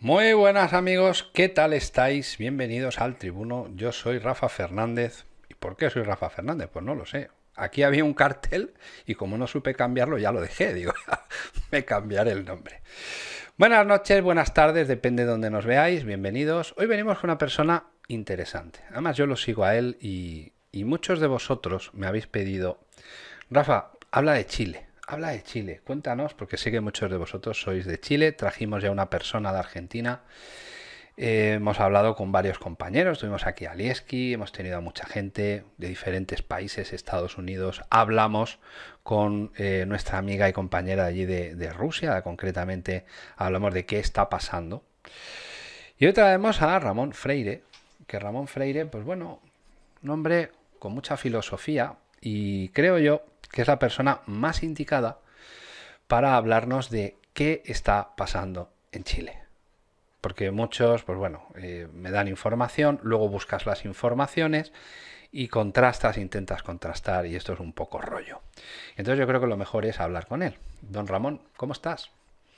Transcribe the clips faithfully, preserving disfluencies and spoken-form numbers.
Muy buenas amigos, ¿qué tal estáis? Bienvenidos al Tribuno. Yo soy Rafa Fernández. ¿Y por qué soy Rafa Fernández? Pues no lo sé. Aquí había un cartel y como no supe cambiarlo ya lo dejé. Digo, me cambiaré el nombre. Buenas noches, buenas tardes, depende de donde nos veáis. Bienvenidos. Hoy venimos con una persona interesante. Además yo lo sigo a él y, y muchos de vosotros me habéis pedido, Rafa, habla de Chile. Habla de Chile, cuéntanos, porque sé que muchos de vosotros sois de Chile. Trajimos ya una persona de Argentina. Eh, hemos hablado con varios compañeros, tuvimos aquí a Lieski, hemos tenido a mucha gente de diferentes países, Estados Unidos. Hablamos con eh, nuestra amiga y compañera de allí de, de Rusia, concretamente hablamos de qué está pasando. Y hoy traemos a Ramón Freire, que Ramón Freire, pues bueno, un hombre con mucha filosofía y creo yo que es la persona más indicada para hablarnos de qué está pasando en Chile. Porque muchos, pues bueno, eh, me dan información, luego buscas las informaciones y contrastas, intentas contrastar y esto es un poco rollo. Entonces yo creo que lo mejor es hablar con él. Don Ramón, ¿cómo estás?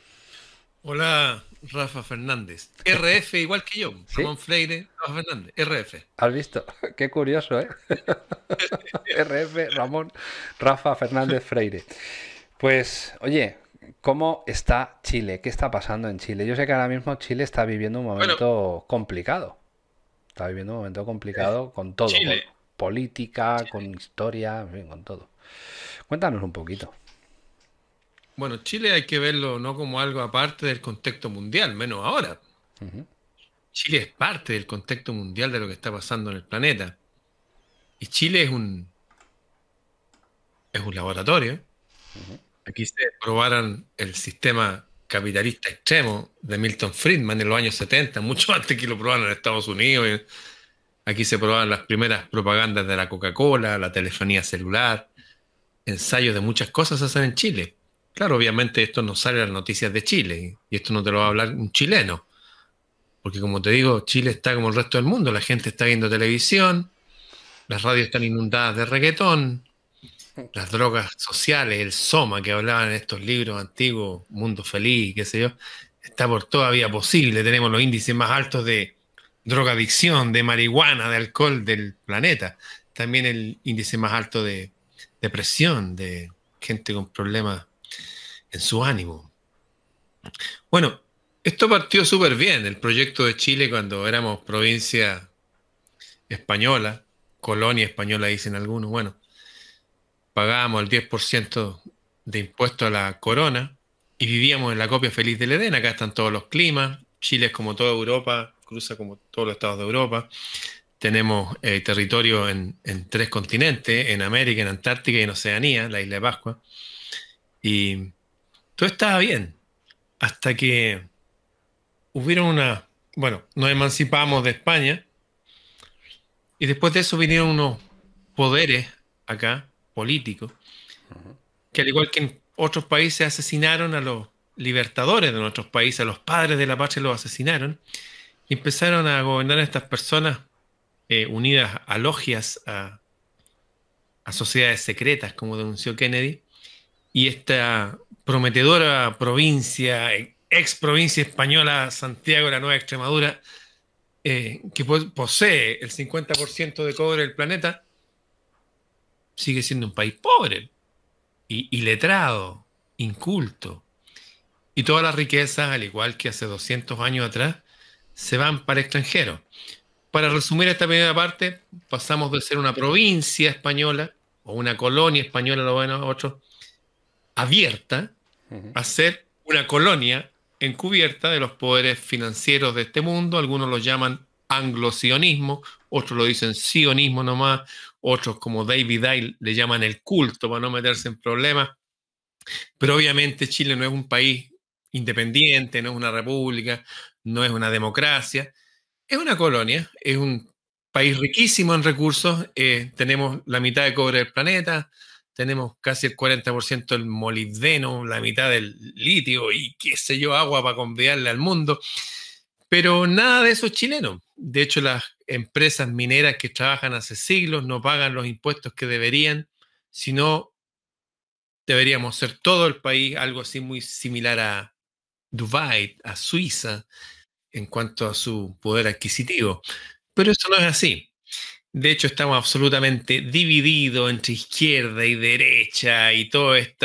Hola, Rafa Fernández. R F igual que yo, ¿Sí? Ramón Freire, Rafa Fernández, R F. ¿Has visto? Qué curioso, ¿eh? R F, Ramón, Rafa Fernández Freire. Pues, oye, ¿cómo está Chile? ¿Qué está pasando en Chile? Yo sé que ahora mismo Chile está viviendo un Bueno, momento complicado. Está viviendo un momento eh, complicado con todo, con Chile. política, con Chile. historia, en fin, con todo. Cuéntanos un poquito. Bueno, Chile hay que verlo no como algo aparte del contexto mundial, menos ahora. Ujú, Chile es parte del contexto mundial de lo que está pasando en el planeta. Y Chile es un, es un laboratorio. Aquí se probaron el sistema capitalista extremo de Milton Friedman en los años setenta, mucho antes que lo probaron en Estados Unidos. Aquí se probaron las primeras propagandas de la Coca-Cola, la telefonía celular. Ensayos de muchas cosas se hacen en Chile. Claro, obviamente esto no sale en las noticias de Chile y esto no te lo va a hablar un chileno, porque como te digo, Chile está como el resto del mundo, la gente está viendo televisión, las radios están inundadas de reggaetón, las drogas sociales, el soma que hablaban en estos libros antiguos, Mundo Feliz, qué sé yo, está por toda vía posible. Tenemos los índices más altos de drogadicción, de marihuana, de alcohol del planeta. También el índice más alto de depresión, de gente con problemas en su ánimo. Bueno, esto partió súper bien, el proyecto de Chile cuando éramos provincia española, colonia española dicen algunos. Bueno, pagábamos el diez por ciento de impuesto a la corona y vivíamos en la copia feliz del Edén. Acá están todos los climas. Chile es como toda Europa, cruza como todos los estados de Europa. Tenemos eh, territorio en, en tres continentes, en América, en Antártica y en Oceanía, la isla de Pascua. Y todo estaba bien, hasta que hubieron una, bueno, nos emancipamos de España y después de eso vinieron unos poderes acá, políticos, que al igual que en otros países asesinaron a los libertadores de nuestros países, a los padres de la patria los asesinaron y empezaron a gobernar a estas personas eh, unidas a logias, a, a sociedades secretas, como denunció Kennedy, y esta prometedora provincia, eh, ex provincia española, Santiago de la Nueva Extremadura, eh, que po- posee el cincuenta por ciento de cobre del planeta, sigue siendo un país pobre y, y letrado, inculto. Y todas las riquezas, al igual que hace doscientos años atrás, se van para el extranjero. Para resumir esta primera parte, pasamos de ser una provincia española o una colonia española, lo bueno, otros, abierta, ujú. a ser una colonia encubierta de los poderes financieros de este mundo. Algunos lo llaman anglo-sionismo, otros lo dicen sionismo nomás, otros como David Icke le llaman el culto para no meterse en problemas. Pero obviamente Chile no es un país independiente, no es una república, no es una democracia, es una colonia, es un país riquísimo en recursos, eh, tenemos la mitad de cobre del planeta, tenemos casi el cuarenta por ciento del molibdeno, la mitad del litio y qué sé yo, agua para convidarle al mundo, pero nada de eso es chileno. De hecho, las empresas mineras que trabajan hace siglos no pagan los impuestos que deberían, sino deberíamos ser todo el país algo así muy similar a Dubái, a Suiza, en cuanto a su poder adquisitivo. Pero eso no es así. De hecho, estamos absolutamente divididos entre izquierda y derecha y todo este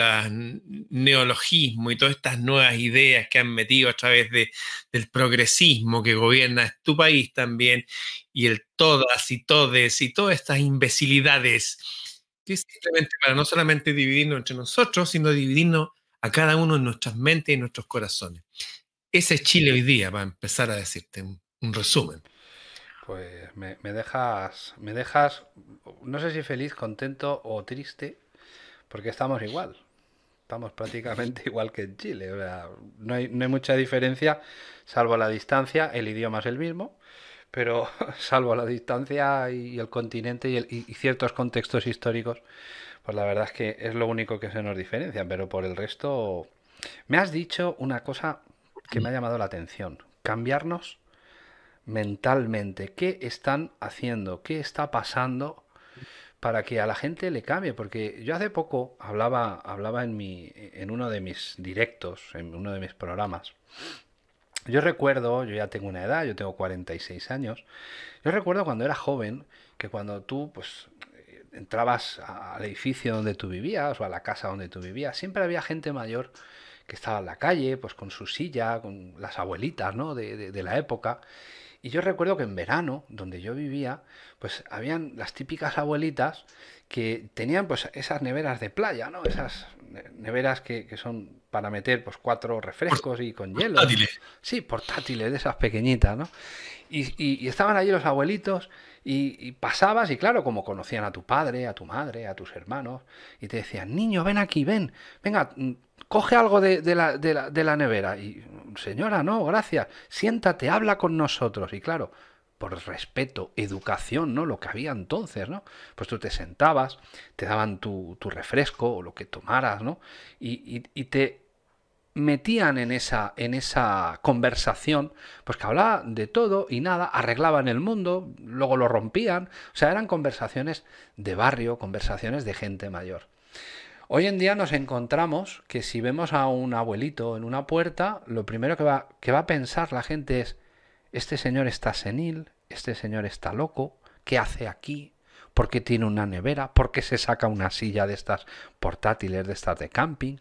neologismo y todas estas nuevas ideas que han metido a través de, del progresismo que gobierna tu país también, y el todas y todes y todas estas imbecilidades, que es simplemente para no solamente dividirnos entre nosotros, sino dividirnos a cada uno en nuestras mentes y en nuestros corazones. Ese es Chile hoy día, para empezar a decirte un, un resumen. Pues me, me dejas, me dejas, no sé si feliz, contento o triste, porque estamos igual. Estamos prácticamente igual que en Chile. O sea, no hay, no hay mucha diferencia, salvo la distancia. El idioma es el mismo, pero salvo la distancia y el continente y, el- y- y ciertos contextos históricos, pues la verdad es que es lo único que se nos diferencia. Pero por el resto, me has dicho una cosa que me ha llamado la atención. Cambiarnos mentalmente. ¿Qué están haciendo? ¿Qué está pasando para que a la gente le cambie? Porque yo hace poco hablaba, hablaba en mi, en uno de mis directos, en uno de mis programas. Yo recuerdo, yo ya tengo una edad, yo tengo cuarenta y seis años. Yo recuerdo cuando era joven que cuando tú pues entrabas al edificio donde tú vivías o a la casa donde tú vivías, siempre había gente mayor que estaba en la calle, pues con su silla, con las abuelitas, ¿no? de, de, de la época. Y yo recuerdo que en verano, donde yo vivía, pues habían las típicas abuelitas que tenían pues esas neveras de playa, ¿no? Esas neveras que, que son para meter pues cuatro refrescos y con hielo. Portátiles. Sí, portátiles, de esas pequeñitas, ¿no? Y, y- y estaban allí los abuelitos y, y pasabas y claro, como conocían a tu padre, a tu madre, a tus hermanos, y te decían, niño, ven aquí, ven, venga, mm, coge algo de, de la, de la- de la nevera. Y, señora, no, gracias, siéntate, habla con nosotros. Y claro, por respeto, educación, ¿no? Lo que había entonces, ¿no? Pues tú te sentabas, te daban tu, tu refresco o lo que tomaras, ¿no? Y, y- y te metían en esa, en esa conversación, pues que hablaba de todo y nada, arreglaban el mundo, luego lo rompían, o sea, eran conversaciones de barrio, conversaciones de gente mayor. Hoy en día nos encontramos que si vemos a un abuelito en una puerta, lo primero que va, que va a pensar la gente es, este señor está senil, este señor está loco, ¿qué hace aquí? ¿Por qué tiene una nevera? ¿Por qué se saca una silla de estas portátiles, de estas de camping?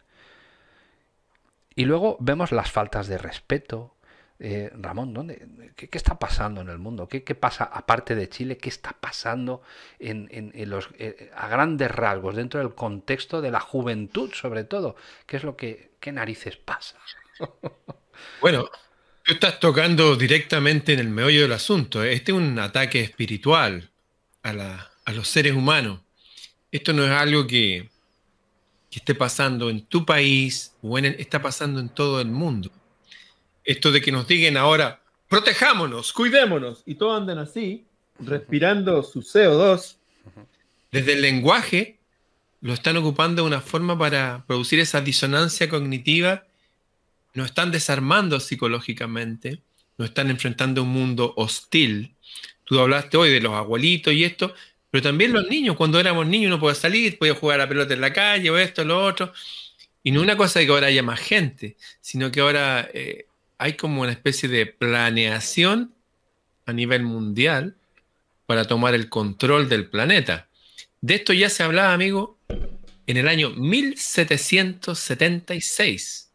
Y luego vemos las faltas de respeto. Eh, Ramón, ¿dónde, qué, qué está pasando en el mundo? ¿Qué, qué pasa, aparte de Chile, qué está pasando en, en- en los, eh, a grandes rasgos, dentro del contexto de la juventud, sobre todo? ¿Qué es lo que, qué narices pasa? Bueno, tú estás tocando directamente en el meollo del asunto. ¿Eh? Este es un ataque espiritual a la- a los seres humanos. Esto no es algo que, que esté pasando en tu país o en el- está pasando en todo el mundo. Esto de que nos digan ahora, protejámonos, cuidémonos, y todos andan así, respirando su C O dos, desde el lenguaje lo están ocupando de una forma para producir esa disonancia cognitiva. Nos están desarmando psicológicamente, nos están enfrentando a un mundo hostil. Tú hablaste hoy de los abuelitos y esto, pero también los niños, cuando éramos niños uno podía salir, podía jugar a la pelota en la calle o esto, lo otro. Y no una cosa de que ahora haya más gente, sino que ahora eh, hay como una especie de planeación a nivel mundial para tomar el control del planeta. De esto ya se hablaba, amigo, en el año mil setecientos setenta y seis.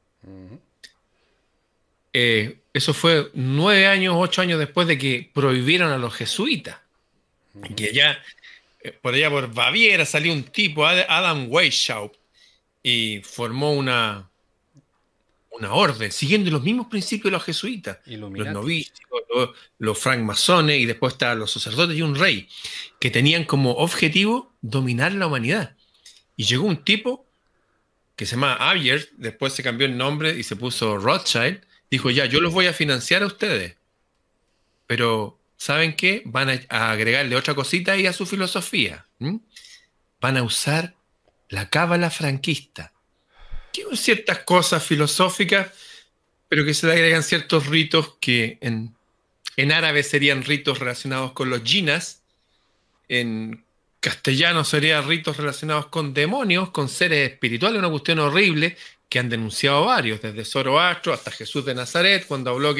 Eh, eso fue nueve años, ocho años después de que prohibieron a los jesuitas. Que ya, eh, por allá por Baviera salió un tipo, Ad- Adam Weishaupt, y formó una, una orden, siguiendo los mismos principios de los jesuitas, los Illuminati. novicios, los, los francmasones, y después estaban los sacerdotes y un rey, que tenían como objetivo dominar la humanidad. Y llegó un tipo que se llama Abier, después se cambió el nombre y se puso Rothschild, dijo, ya, yo los voy a financiar a ustedes, pero ¿saben qué? Van a, a agregarle otra cosita ahí a su filosofía. ¿M? Van a usar la cábala franquista, que son ciertas cosas filosóficas, pero que se le agregan ciertos ritos que en, en árabe serían ritos relacionados con los jinas, en castellano serían ritos relacionados con demonios, con seres espirituales, una cuestión horrible que han denunciado varios, desde Zoroastro hasta Jesús de Nazaret, cuando habló que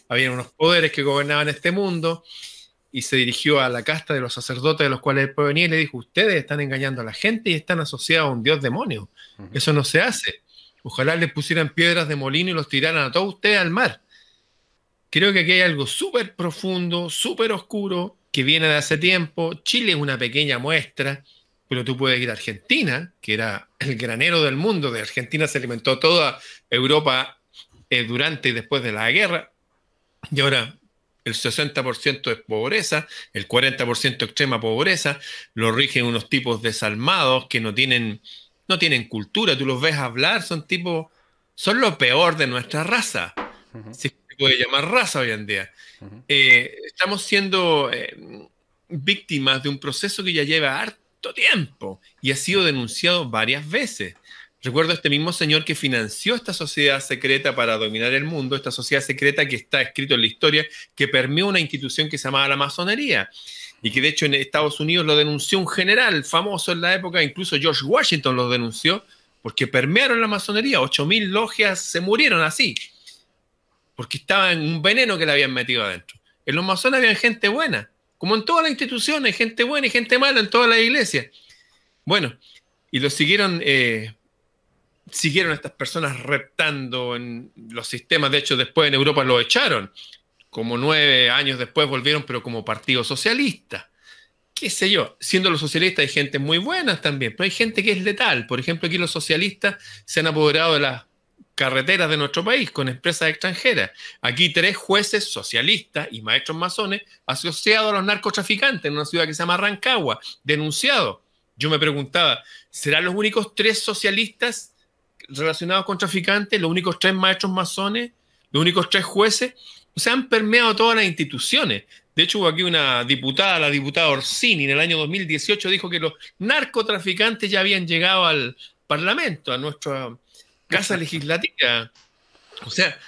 había unos poderes que gobernaban este mundo, y se dirigió a la casta de los sacerdotes de los cuales él provenía y le dijo, ustedes están engañando a la gente y están asociados a un dios demonio. Uh-huh. Eso no se hace. Ojalá les pusieran piedras de molino y los tiraran a todos ustedes al mar. Creo que aquí hay algo súper profundo, súper oscuro, que viene de hace tiempo. Chile es una pequeña muestra, pero tú puedes ir a Argentina, que era el granero del mundo. De Argentina se alimentó toda Europa eh, durante y después de la guerra. Y ahora el sesenta por ciento es pobreza, el cuarenta por ciento extrema pobreza, lo rigen unos tipos desalmados que no tienen, no tienen cultura. Tú los ves hablar, son tipos, son lo peor de nuestra raza. Uh-huh. Si se puede llamar raza hoy en día. Uh-huh. Eh, estamos siendo eh, víctimas de un proceso que ya lleva harto tiempo y ha sido denunciado varias veces. Recuerdo a este mismo señor que financió esta sociedad secreta para dominar el mundo, esta sociedad secreta que está escrito en la historia, que permeó una institución que se llamaba la masonería y que de hecho en Estados Unidos lo denunció un general famoso en la época, incluso George Washington lo denunció porque permearon la masonería, ocho mil logias se murieron así, porque estaba en un veneno que le habían metido adentro. En los masones había gente buena, como en todas las instituciones, gente buena y gente mala en todas las iglesias. Bueno, y lo siguieron... Eh, siguieron a estas personas reptando en los sistemas. De hecho, después en Europa lo echaron. Como nueve años después volvieron, pero como partido socialista. Qué sé yo. Siendo los socialistas hay gente muy buena también, pero hay gente que es letal. Por ejemplo, aquí los socialistas se han apoderado de las carreteras de nuestro país con empresas extranjeras. Aquí tres jueces socialistas y maestros masones asociados a los narcotraficantes en una ciudad que se llama Rancagua, denunciados. Yo me preguntaba, ¿serán los únicos tres socialistas relacionados con traficantes, los únicos tres maestros masones, los únicos tres jueces? O sea, han permeado todas las instituciones. De hecho, hubo aquí una diputada, la diputada Orsini, en el año dos mil dieciocho dijo que los narcotraficantes ya habían llegado al Parlamento, a nuestra casa legislativa. O sea,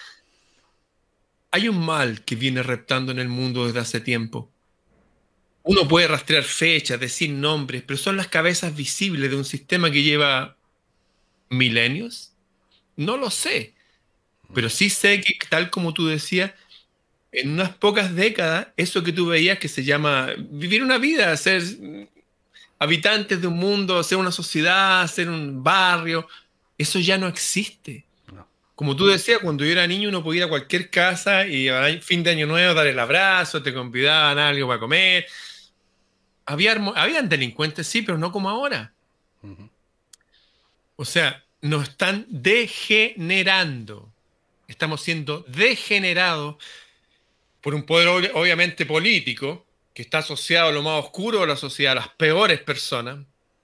hay un mal que viene reptando en el mundo desde hace tiempo. Uno puede rastrear fechas, decir nombres, pero son las cabezas visibles de un sistema que lleva milenios. No lo sé, pero sí sé que, tal como tú decías, en unas pocas décadas, eso que tú veías que se llama vivir una vida, ser habitantes de un mundo, ser una sociedad, ser un barrio, eso ya no existe. No. Como tú decías, cuando yo era niño uno podía ir a cualquier casa y a fin de año nuevo dar el abrazo, te convidaban a algo para comer. Había, habían delincuentes, sí, pero no como ahora. Uh-huh. O sea, nos están degenerando. Estamos siendo degenerados por un poder obviamente político que está asociado a lo más oscuro de la sociedad, a las peores personas,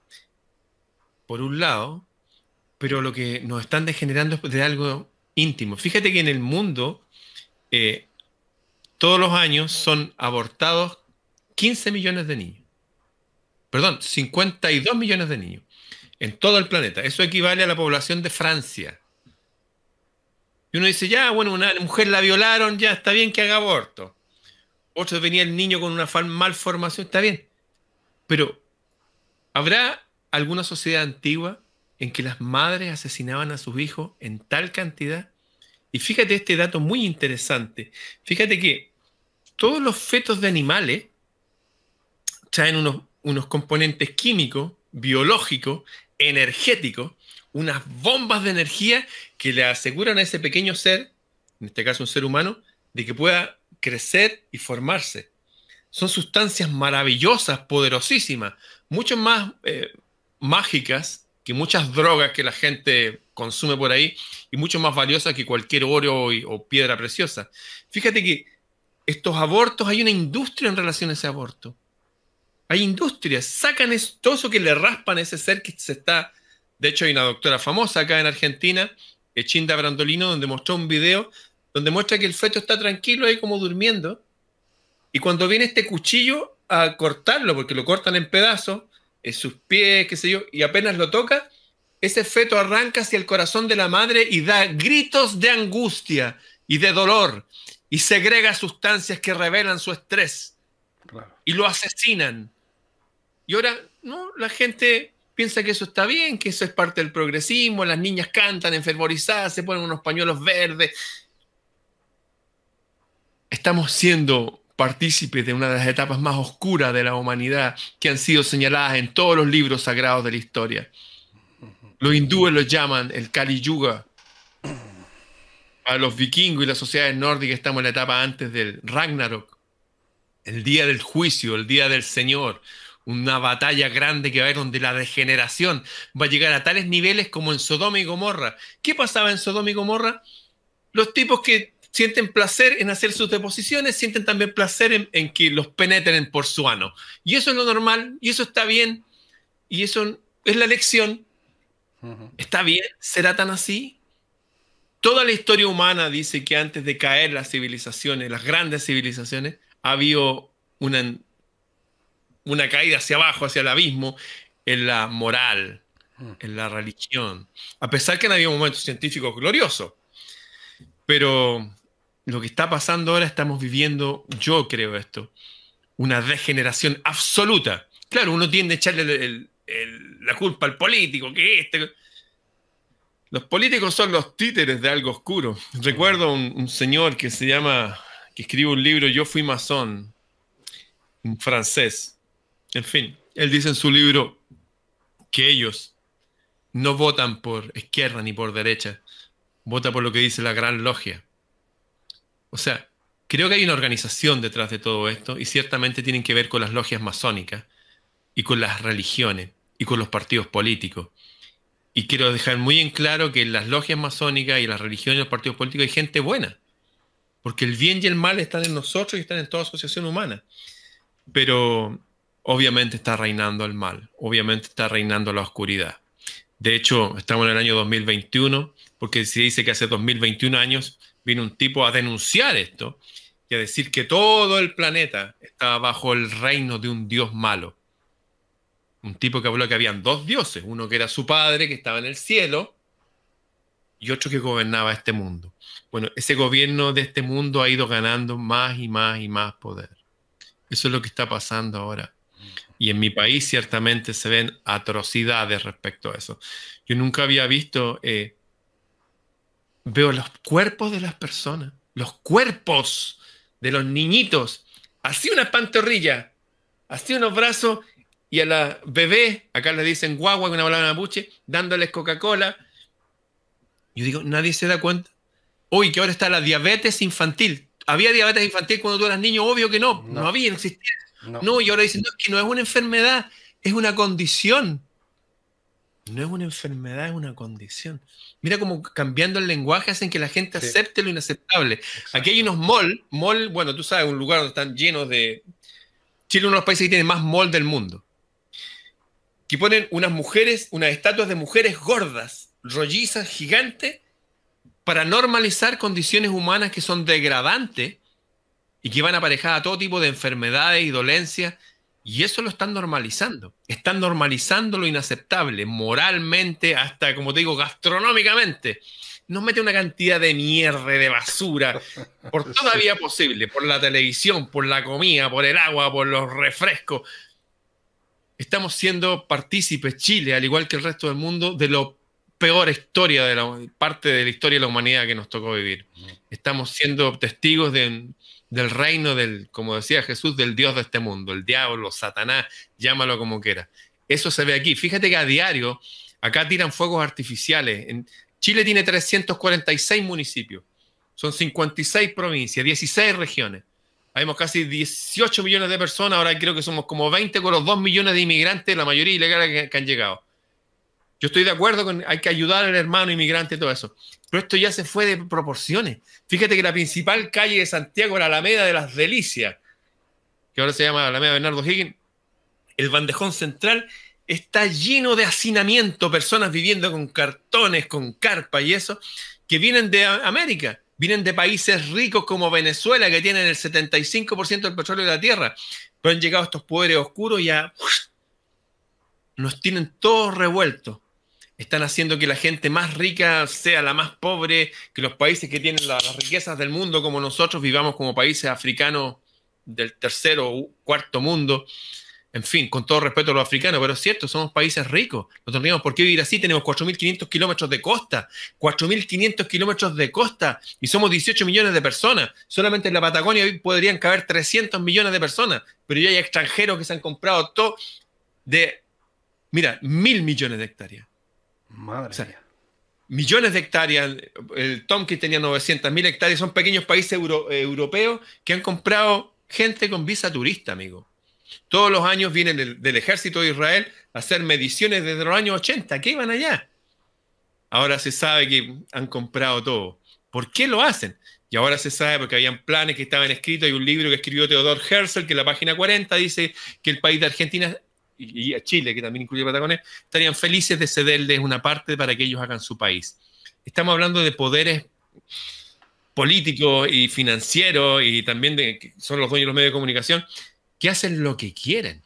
por un lado, pero lo que nos están degenerando es de algo íntimo. Fíjate que en el mundo eh, todos los años son abortados quince millones de niños. Perdón, cincuenta y dos millones de niños en todo el planeta. Eso equivale a la población de Francia. Y uno dice, ya, bueno, una mujer la violaron, ya, está bien que haga aborto. Otro venía el niño con una malformación, está bien. Pero, ¿habrá alguna sociedad antigua en que las madres asesinaban a sus hijos en tal cantidad? Y fíjate este dato muy interesante. Fíjate que todos los fetos de animales traen unos, unos componentes químicos, biológicos, energéticos, unas bombas de energía que le aseguran a ese pequeño ser, en este caso un ser humano, de que pueda crecer y formarse. Son sustancias maravillosas, poderosísimas, mucho más eh, mágicas que muchas drogas que la gente consume por ahí y mucho más valiosas que cualquier oro y, o piedra preciosa. Fíjate que estos abortos, hay una industria en relación a ese aborto. Hay industrias, sacan eso, todo eso que le raspan a ese ser que se está... De hecho, hay una doctora famosa acá en Argentina, Echinda Brandolino, donde mostró un video donde muestra que el feto está tranquilo ahí como durmiendo, y cuando viene este cuchillo a cortarlo, porque lo cortan en pedazos, en sus pies, qué sé yo, y apenas lo toca, ese feto arranca hacia el corazón de la madre y da gritos de angustia y de dolor, y segrega sustancias que revelan su estrés, claro, y lo asesinan. Y ahora, no, la gente piensa que eso está bien, que eso es parte del progresismo, las niñas cantan enfervorizadas, se ponen unos pañuelos verdes. estamos siendo partícipes de una de las etapas más oscuras de la humanidad que han sido señaladas en todos los libros sagrados de la historia. Los hindúes lo llaman el Kali Yuga. Para los vikingos y las sociedades nórdicas estamos en la etapa antes del Ragnarok, el día del juicio, el día del Señor, una batalla grande que va a haber donde la degeneración va a llegar a tales niveles como en Sodoma y Gomorra. ¿Qué pasaba en Sodoma y Gomorra? Los tipos que sienten placer en hacer sus deposiciones, sienten también placer en, en que los penetren por su ano. Y eso es lo normal, y eso está bien, y eso es la elección. ¿Está bien? ¿Será tan así? Toda la historia humana dice que antes de caer las civilizaciones, las grandes civilizaciones, ha habido una, una caída hacia abajo, hacia el abismo, en la moral, en la religión. A pesar que no había momentos científicos gloriosos. Pero lo que está pasando ahora, estamos viviendo, yo creo esto, una degeneración absoluta. Claro, uno tiende a echarle el, el, el, la culpa al político, que este... Los políticos son los títeres de algo oscuro. Recuerdo un, un señor que se llama, que escribe un libro, Yo fui masón, un francés. En fin, él dice en su libro que ellos no votan por izquierda ni por derecha, votan por lo que dice la Gran Logia. O sea, creo que hay una organización detrás de todo esto y ciertamente tienen que ver con las logias masónicas y con las religiones y con los partidos políticos. Y quiero dejar muy en claro que en las logias masónicas y las religiones y los partidos políticos hay gente buena. Porque el bien y el mal están en nosotros y están en toda asociación humana. Pero obviamente está reinando el mal. Obviamente está reinando la oscuridad. De hecho, estamos en el año dos mil veintiuno, porque se dice que hace dos mil veintiún años vino un tipo a denunciar esto y a decir que todo el planeta estaba bajo el reino de un dios malo. Un tipo que habló que habían dos dioses, uno que era su padre, que estaba en el cielo, y otro que gobernaba este mundo. Bueno, ese gobierno de este mundo ha ido ganando más y más y más poder. Eso es lo que está pasando ahora. Y en mi país ciertamente se ven atrocidades respecto a eso. Yo nunca había visto, eh, veo los cuerpos de las personas, los cuerpos de los niñitos, así unas pantorrillas, así unos brazos, y a la bebé, acá le dicen guagua, con una palabra mapuche, dándoles Coca-Cola. Yo digo, nadie se da cuenta. Hoy que ahora está la diabetes infantil. ¿Había diabetes infantil cuando tú eras niño? Obvio que no. No, no había, no existía. No. no, y ahora dicen, no, es que no es una enfermedad, es una condición. No es una enfermedad, es una condición. Mira cómo cambiando el lenguaje hacen que la gente sí. acepte lo inaceptable. Exacto. Aquí hay unos mall, mall, bueno, tú sabes, un lugar donde están llenos de... Chile es uno de los países que tiene más mall del mundo. Que ponen unas mujeres, unas estatuas de mujeres gordas, rollizas, gigantes, para normalizar condiciones humanas que son degradantes y que van aparejadas a todo tipo de enfermedades y dolencias, y eso lo están normalizando. Están normalizando lo inaceptable, moralmente, hasta, como te digo, gastronómicamente. Nos mete una cantidad de mierda, de basura, por toda sí. vía posible, por la televisión, por la comida, por el agua, por los refrescos. Estamos siendo partícipes, Chile, al igual que el resto del mundo, de la peor historia, de la parte de la historia de la humanidad que nos tocó vivir. Estamos siendo testigos de, del reino del, como decía Jesús, del Dios de este mundo, el diablo, Satanás, llámalo como quiera. Eso se ve aquí. Fíjate que a diario, acá tiran fuegos artificiales. En Chile tiene trescientos cuarenta y seis municipios, son cincuenta y seis provincias, dieciséis regiones. Habemos casi dieciocho millones de personas, ahora creo que somos como veinte con los dos millones de inmigrantes, la mayoría ilegales que, que han llegado. Yo estoy de acuerdo con hay que ayudar al hermano inmigrante y todo eso, pero esto ya se fue de proporciones. Fíjate que la principal calle de Santiago, la Alameda de las Delicias, que ahora se llama Alameda Bernardo Higgins, el bandejón central está lleno de hacinamiento, personas viviendo con cartones, con carpa y eso, que vienen de América. Vienen de países ricos como Venezuela, que tienen el setenta y cinco por ciento del petróleo de la tierra, pero han llegado estos poderes oscuros y ya ¡uf! Nos tienen todos revueltos. Están haciendo que la gente más rica sea la más pobre, que los países que tienen la, las riquezas del mundo como nosotros vivamos como países africanos del tercero o cuarto mundo. en fin, con todo respeto a los africanos, pero es cierto, somos países ricos. No tendríamos por qué vivir así. Tenemos cuatro mil quinientos kilómetros de costa. cuatro mil quinientos kilómetros de costa. Y somos dieciocho millones de personas. Solamente en la Patagonia podrían caber trescientos millones de personas. Pero ya hay extranjeros que se han comprado todo de, mira, mil millones de hectáreas. Madre O sea, mía. millones de hectáreas. El Tomkin tenía novecientas mil hectáreas. Son pequeños países euro, eh, europeos que han comprado gente con visa turista, amigo. Todos los años vienen del, del ejército de Israel a hacer mediciones desde los años ochenta. ¿Qué iban allá? Ahora se sabe que han comprado todo. ¿Por qué lo hacen? Y ahora se sabe porque habían planes que estaban escritos. Hay un libro que escribió Theodor Herzl, que en la página cuarenta dice que el país de Argentina y, y Chile, que también incluye Patagonia, estarían felices de cederles una parte para que ellos hagan su país. Estamos hablando de poderes políticos y financieros y también de que son los dueños de los medios de comunicación que hacen lo que quieren.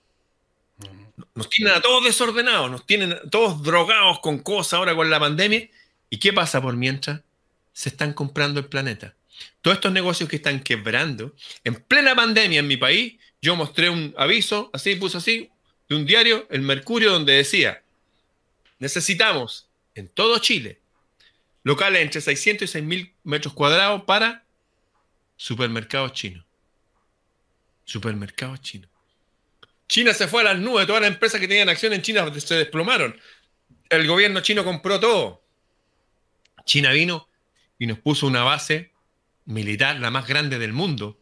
Nos tienen a todos desordenados, nos tienen a todos drogados con cosas ahora con la pandemia. ¿Y qué pasa por mientras? Se están comprando el planeta. Todos estos negocios que están quebrando, en plena pandemia en mi país, yo mostré un aviso, así, puse así, de un diario, El Mercurio, donde decía, necesitamos en todo Chile locales entre seiscientos y seis mil metros cuadrados para supermercados chinos. Supermercados chinos. China se fue a las nubes, todas las empresas que tenían acción en China se desplomaron. El gobierno chino compró todo. China vino y nos puso una base militar, la más grande del mundo,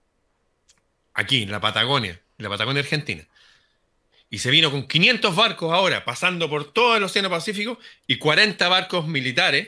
aquí en la Patagonia, en la Patagonia Argentina. Y se vino con quinientos barcos ahora, pasando por todo el Océano Pacífico, y cuarenta barcos militares,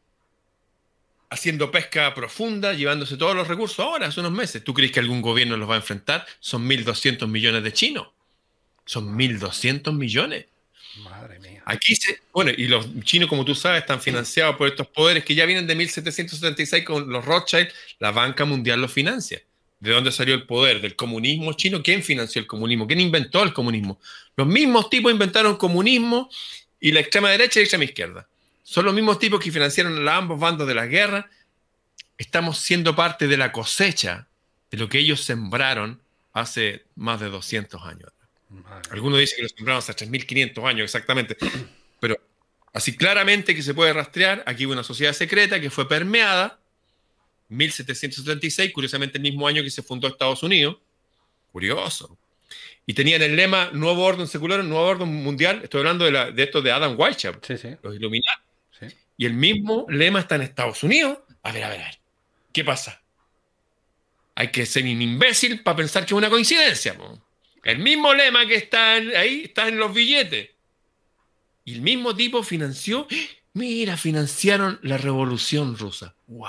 haciendo pesca profunda, llevándose todos los recursos ahora, hace unos meses. ¿Tú crees que algún gobierno los va a enfrentar? Son mil doscientos millones de chinos. Son mil doscientos millones. Madre mía. Aquí se... Bueno, y los chinos, como tú sabes, están financiados por estos poderes que ya vienen de mil setecientos setenta y seis con los Rothschild. La banca mundial los financia. ¿De dónde salió el poder? Del comunismo chino. ¿Quién financió el comunismo? ¿Quién inventó el comunismo? Los mismos tipos inventaron el comunismo y la extrema derecha y la extrema izquierda. Son los mismos tipos que financiaron a ambos bandos de la guerra. Estamos siendo parte de la cosecha de lo que ellos sembraron hace más de doscientos años. Madre Algunos dicen que lo sembraron hace tres mil quinientos años exactamente. Pero así claramente que se puede rastrear, aquí hubo una sociedad secreta que fue permeada, mil setecientos setenta y seis, curiosamente el mismo año que se fundó Estados Unidos. Curioso. Y tenían el lema Nuevo Orden Secular, Nuevo Orden Mundial. Estoy hablando de, la, de esto de Adam Weishaupt, Sí, sí. los Illuminati. Sí. Y el mismo lema está en Estados Unidos. A ver, a ver, a ver. ¿Qué pasa? Hay que ser un imbécil para pensar que es una coincidencia. ¿No? El mismo lema que está en, ahí está en los billetes. Y el mismo tipo financió. Mira, financiaron la Revolución Rusa. ¡Wow!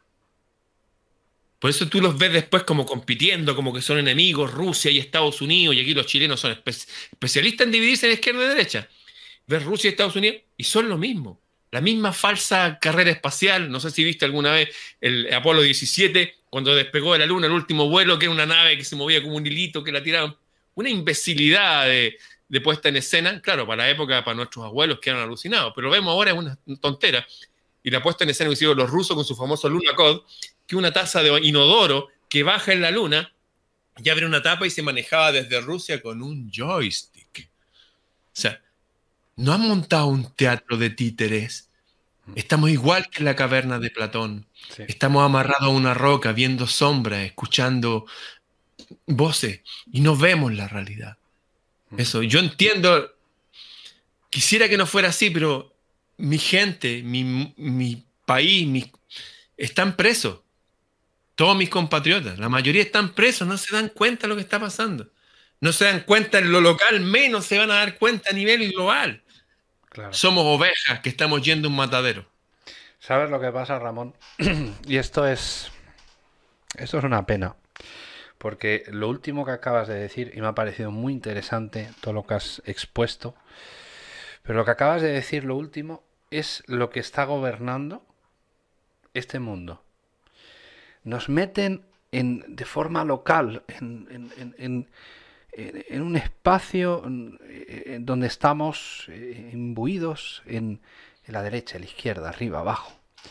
Por eso tú los ves después como compitiendo, como que son enemigos, Rusia y Estados Unidos, y aquí los chilenos son espe especialistas en dividirse en izquierda y derecha. Ves Rusia y Estados Unidos y son lo mismo. La misma falsa carrera espacial. No sé si viste alguna vez el Apolo diecisiete, cuando despegó de la Luna el último vuelo, que era una nave que se movía como un hilito, que la tiraban. Una imbecilidad de, de puesta en escena. Claro, para la época, para nuestros abuelos que eran alucinados, pero lo vemos ahora es una tontera. Y la puesta en escena que hicieron los rusos con su famoso Luna Code, que una taza de inodoro que baja en la luna y abre una tapa y se manejaba desde Rusia con un joystick. O sea, no han montado un teatro de títeres. Estamos igual que en la caverna de Platón. Sí. Estamos amarrados a una roca, viendo sombras, escuchando voces y no vemos la realidad. Eso, yo entiendo, quisiera que no fuera así, pero mi gente, mi, mi país, mi, están presos. Todos mis compatriotas, la mayoría están presos, no se dan cuenta de lo que está pasando. No se dan cuenta en lo local, menos se van a dar cuenta a nivel global. Claro. Somos ovejas que estamos yendo a un matadero. ¿Sabes lo que pasa, Ramón? Y esto es, esto es una pena. Porque lo último que acabas de decir, y me ha parecido muy interesante todo lo que has expuesto, pero lo que acabas de decir, lo último, es lo que está gobernando este mundo. Nos meten en, de forma local en, en, en, en, en un espacio en donde estamos imbuidos en, en la derecha, la izquierda, arriba, abajo.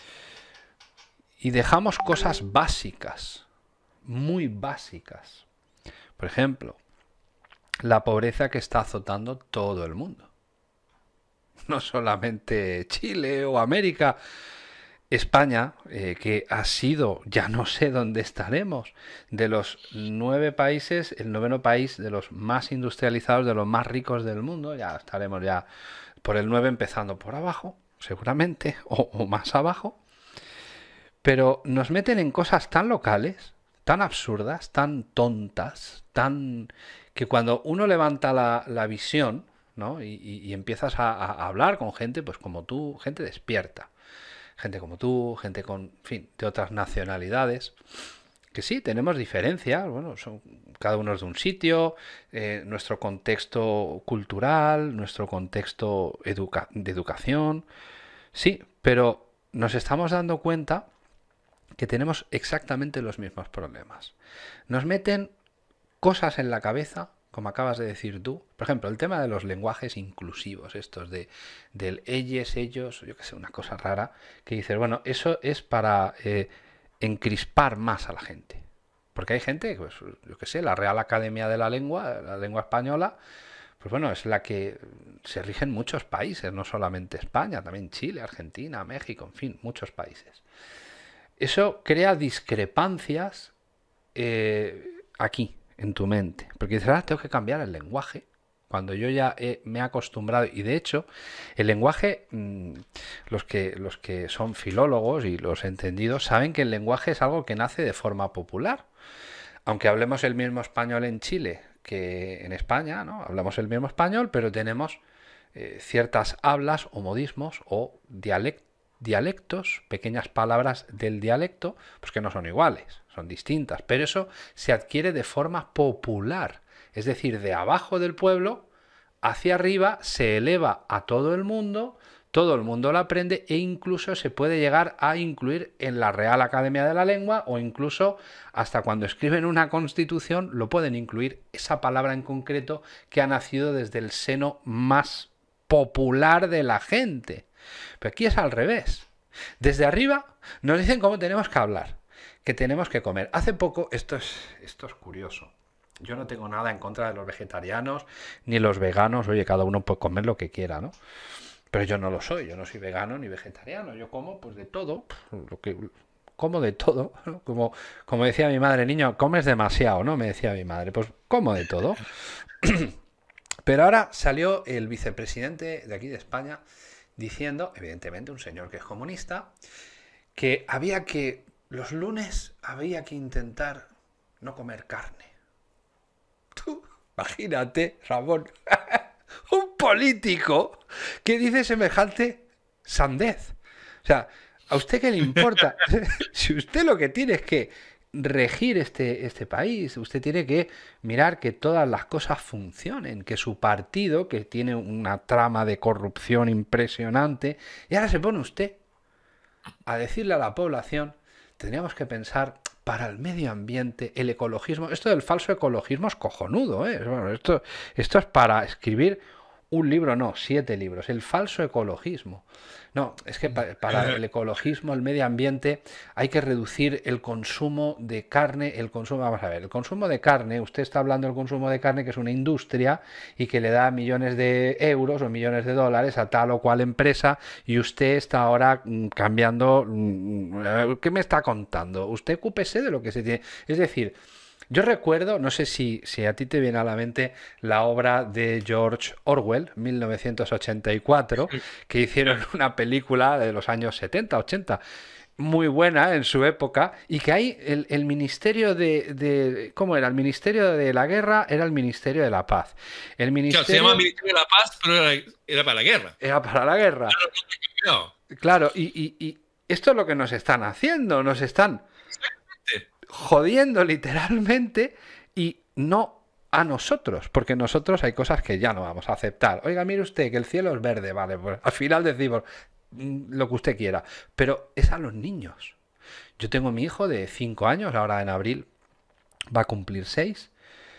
Y dejamos cosas básicas, muy básicas. Por ejemplo, la pobreza que está azotando todo el mundo. No solamente Chile o América. España, eh, que ha sido, ya no sé dónde estaremos, de los nueve países, el noveno país de los más industrializados, de los más ricos del mundo, ya estaremos ya por el nueve empezando por abajo, seguramente, o, o más abajo, pero nos meten en cosas tan locales, tan absurdas, tan tontas, tan que cuando uno levanta la, la visión, ¿no? y, y- y empiezas a, a hablar con gente, pues como tú, gente despierta, gente como tú, gente con, en fin, de otras nacionalidades, que sí, tenemos diferencias, bueno, son, cada uno es de un sitio, eh, nuestro contexto cultural, nuestro contexto educa- de educación, sí, pero nos estamos dando cuenta que tenemos exactamente los mismos problemas. Nos meten cosas en la cabeza, como acabas de decir tú. Por ejemplo, el tema de los lenguajes inclusivos, estos de del ellos, ellos, yo que sé, una cosa rara, que dices, bueno, eso es para eh, encrispar más a la gente. Porque hay gente, pues, yo que sé, la Real Academia de la Lengua, la lengua española, pues bueno, es la que se rige en muchos países, no solamente España, también Chile, Argentina, México, en fin, muchos países. Eso crea discrepancias eh, aquí, en tu mente. Porque dices, ah, tengo que cambiar el lenguaje. Cuando yo ya he- me he acostumbrado. Y de hecho, el lenguaje, mmm, los que, los que son filólogos y los entendidos saben que el lenguaje es algo que nace de forma popular. Aunque hablemos el mismo español en Chile que en España, ¿no? Hablamos el mismo español, pero tenemos eh, ciertas hablas o modismos o dialect- dialectos, pequeñas palabras del dialecto, pues que no son iguales, son distintas, pero eso se adquiere de forma popular, es decir, de abajo del pueblo hacia arriba se eleva a todo el mundo, todo el mundo lo aprende e incluso se puede llegar a incluir en la Real Academia de la Lengua o incluso hasta cuando escriben una constitución lo pueden incluir esa palabra en concreto que ha nacido desde el seno más popular de la gente. Pero aquí es al revés. Desde arriba nos dicen cómo tenemos que hablar, que tenemos que comer. Hace poco, esto es, esto es curioso. Yo no tengo nada en contra de los vegetarianos ni los veganos. Oye, cada uno puede comer lo que quiera, ¿no? Pero yo no lo soy. Yo no soy vegano ni vegetariano. Yo como pues de todo. Lo que como de todo. ¿No? Como, como decía mi madre, niño, comes demasiado, ¿no? Me decía mi madre. Pues como de todo. Pero ahora salió el vicepresidente de aquí de España diciendo, evidentemente un señor que es comunista, que había que, los lunes había que intentar no comer carne. Tú, imagínate, Ramón, un político que dice semejante sandez. O sea, ¿a usted qué le importa? Si usted lo que tiene es que regir este, este país, usted tiene que mirar que todas las cosas funcionen, que su partido, que tiene una trama de corrupción impresionante, y ahora se pone usted a decirle a la población, tendríamos que pensar para el medio ambiente, el ecologismo. Esto del falso ecologismo es cojonudo, ¿eh? Bueno, esto, esto es para escribir un libro, no, siete libros. El falso ecologismo. No, es que pa- para el ecologismo, el medio ambiente, hay que reducir el consumo de carne, el consumo, vamos a ver, el consumo de carne, usted está hablando del consumo de carne, que es una industria y que le da millones de euros o millones de dólares a tal o cual empresa y usted está ahora mm, cambiando, mm, ¿qué me está contando? Usted ocúpese de lo que se tiene. Es decir, yo recuerdo, no sé si, si a ti te viene a la mente la obra de George Orwell, mil novecientos ochenta y cuatro, que hicieron una película de los años setenta, ochenta, muy buena en su época, y que ahí el, el Ministerio de, de... ¿Cómo era? El Ministerio de la Guerra era el Ministerio de la Paz. El Claro, se llama Ministerio Ministerio de la Paz, pero era, era para la guerra. era para la guerra. No, Claro, y, y, y esto es lo que nos están haciendo, nos están exactamente. jodiendo literalmente y no a nosotros, porque nosotros hay cosas que ya no vamos a aceptar. Oiga, mire usted que el cielo es verde, vale, pues al final decimos mm, lo que usted quiera, pero es a los niños. Yo tengo mi hijo de cinco años, ahora en abril va a cumplir seis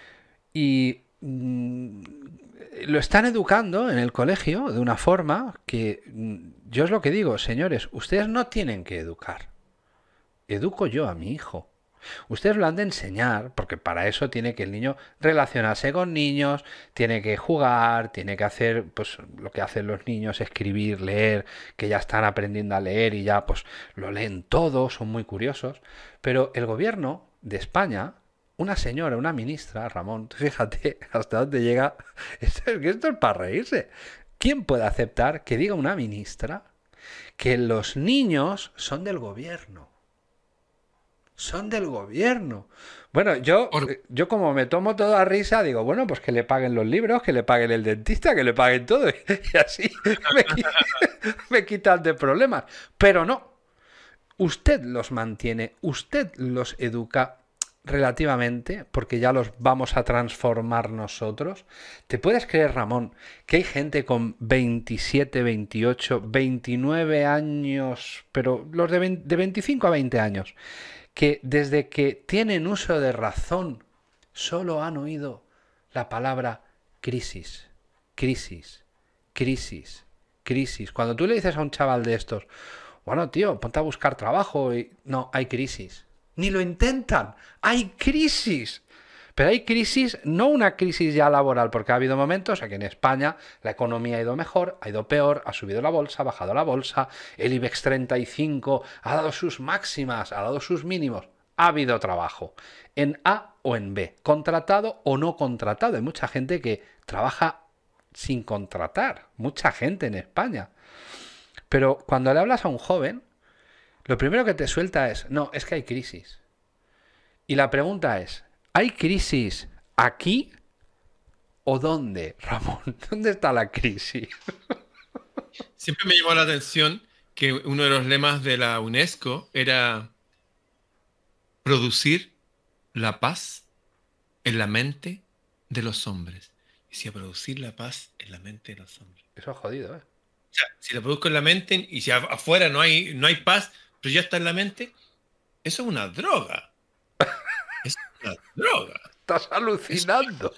y mm, lo están educando en el colegio de una forma que mm, yo es lo que digo, señores, ustedes no tienen que educar, educo yo a mi hijo. Ustedes lo han de enseñar, porque para eso tiene que el niño relacionarse con niños, tiene que jugar, tiene que hacer pues lo que hacen los niños, escribir, leer, que ya están aprendiendo a leer y ya pues lo leen todo, son muy curiosos. Pero el gobierno de España, una señora, una ministra, Ramón, fíjate hasta dónde llega, esto es, que esto es para reírse. ¿Quién puede aceptar que diga una ministra que los niños son del gobierno? Son del gobierno. Bueno, yo, Por- yo como me tomo todo a risa, digo, bueno, pues que le paguen los libros, que le paguen el dentista, que le paguen todo. Y así me, me quitan de problemas. Pero no, usted los mantiene, usted los educa relativamente, porque ya los vamos a transformar nosotros. ¿Te puedes creer, Ramón, que hay gente con veintisiete, veintiocho, veintinueve años, pero los de, veinte, de veinticinco a veinte años, que desde que tienen uso de razón solo han oído la palabra crisis, crisis, crisis, crisis? Cuando tú le dices a un chaval de estos, bueno, tío, ponte a buscar trabajo y no, hay crisis. Ni lo intentan, hay crisis. Pero hay crisis, no una crisis ya laboral, porque ha habido momentos aquí en España la economía ha ido mejor, ha ido peor, ha subido la bolsa, ha bajado la bolsa, el IBEX treinta y cinco ha dado sus máximas, ha dado sus mínimos. Ha habido trabajo, en A o en B, contratado o no contratado. Hay mucha gente que trabaja sin contratar, mucha gente en España. Pero cuando le hablas a un joven, lo primero que te suelta es, no, es que hay crisis. Y la pregunta es, ¿hay crisis aquí o dónde, Ramón? ¿Dónde está la crisis? Siempre me llamó la atención que uno de los lemas de la UNESCO era producir la paz en la mente de los hombres. Decía, producir la paz en la mente de los hombres. Eso es jodido, ¿eh? O sea, si la produzco en la mente y si af- afuera no hay, no hay paz, pero ya está en la mente, eso es una droga. Eso es una droga. Estás Eso, alucinando,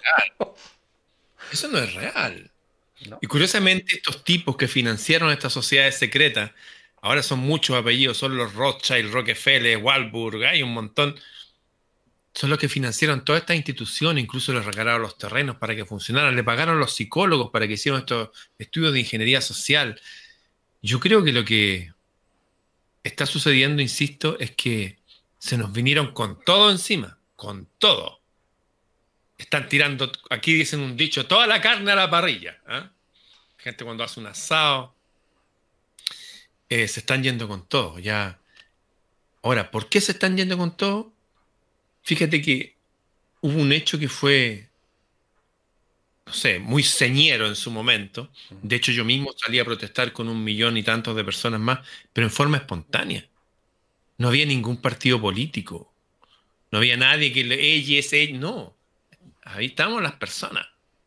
eso no es real. ¿no? Y curiosamente, estos tipos que financiaron estas sociedades secretas, ahora son muchos apellidos, son los Rothschild, Rockefeller, Warburg, hay un montón. Son los que financiaron toda esta institución, incluso les regalaron los terrenos para que funcionaran, le pagaron los psicólogos para que hicieran estos estudios de ingeniería social. Yo creo que lo que está sucediendo, insisto, es que se nos vinieron con todo encima, con todo. Están tirando, aquí dicen un dicho, toda la carne a la parrilla. ¿eh? Gente cuando hace un asado, eh, se están yendo con todo. Ya. Ahora, ¿por qué se están yendo con todo? Fíjate que hubo un hecho que fue, no sé, muy señero en su momento. De hecho, yo mismo salí a protestar con un millón y tantos de personas más, pero en forma espontánea. No había ningún partido político. No había nadie que le, ella es ella. No, ahí estamos las personas.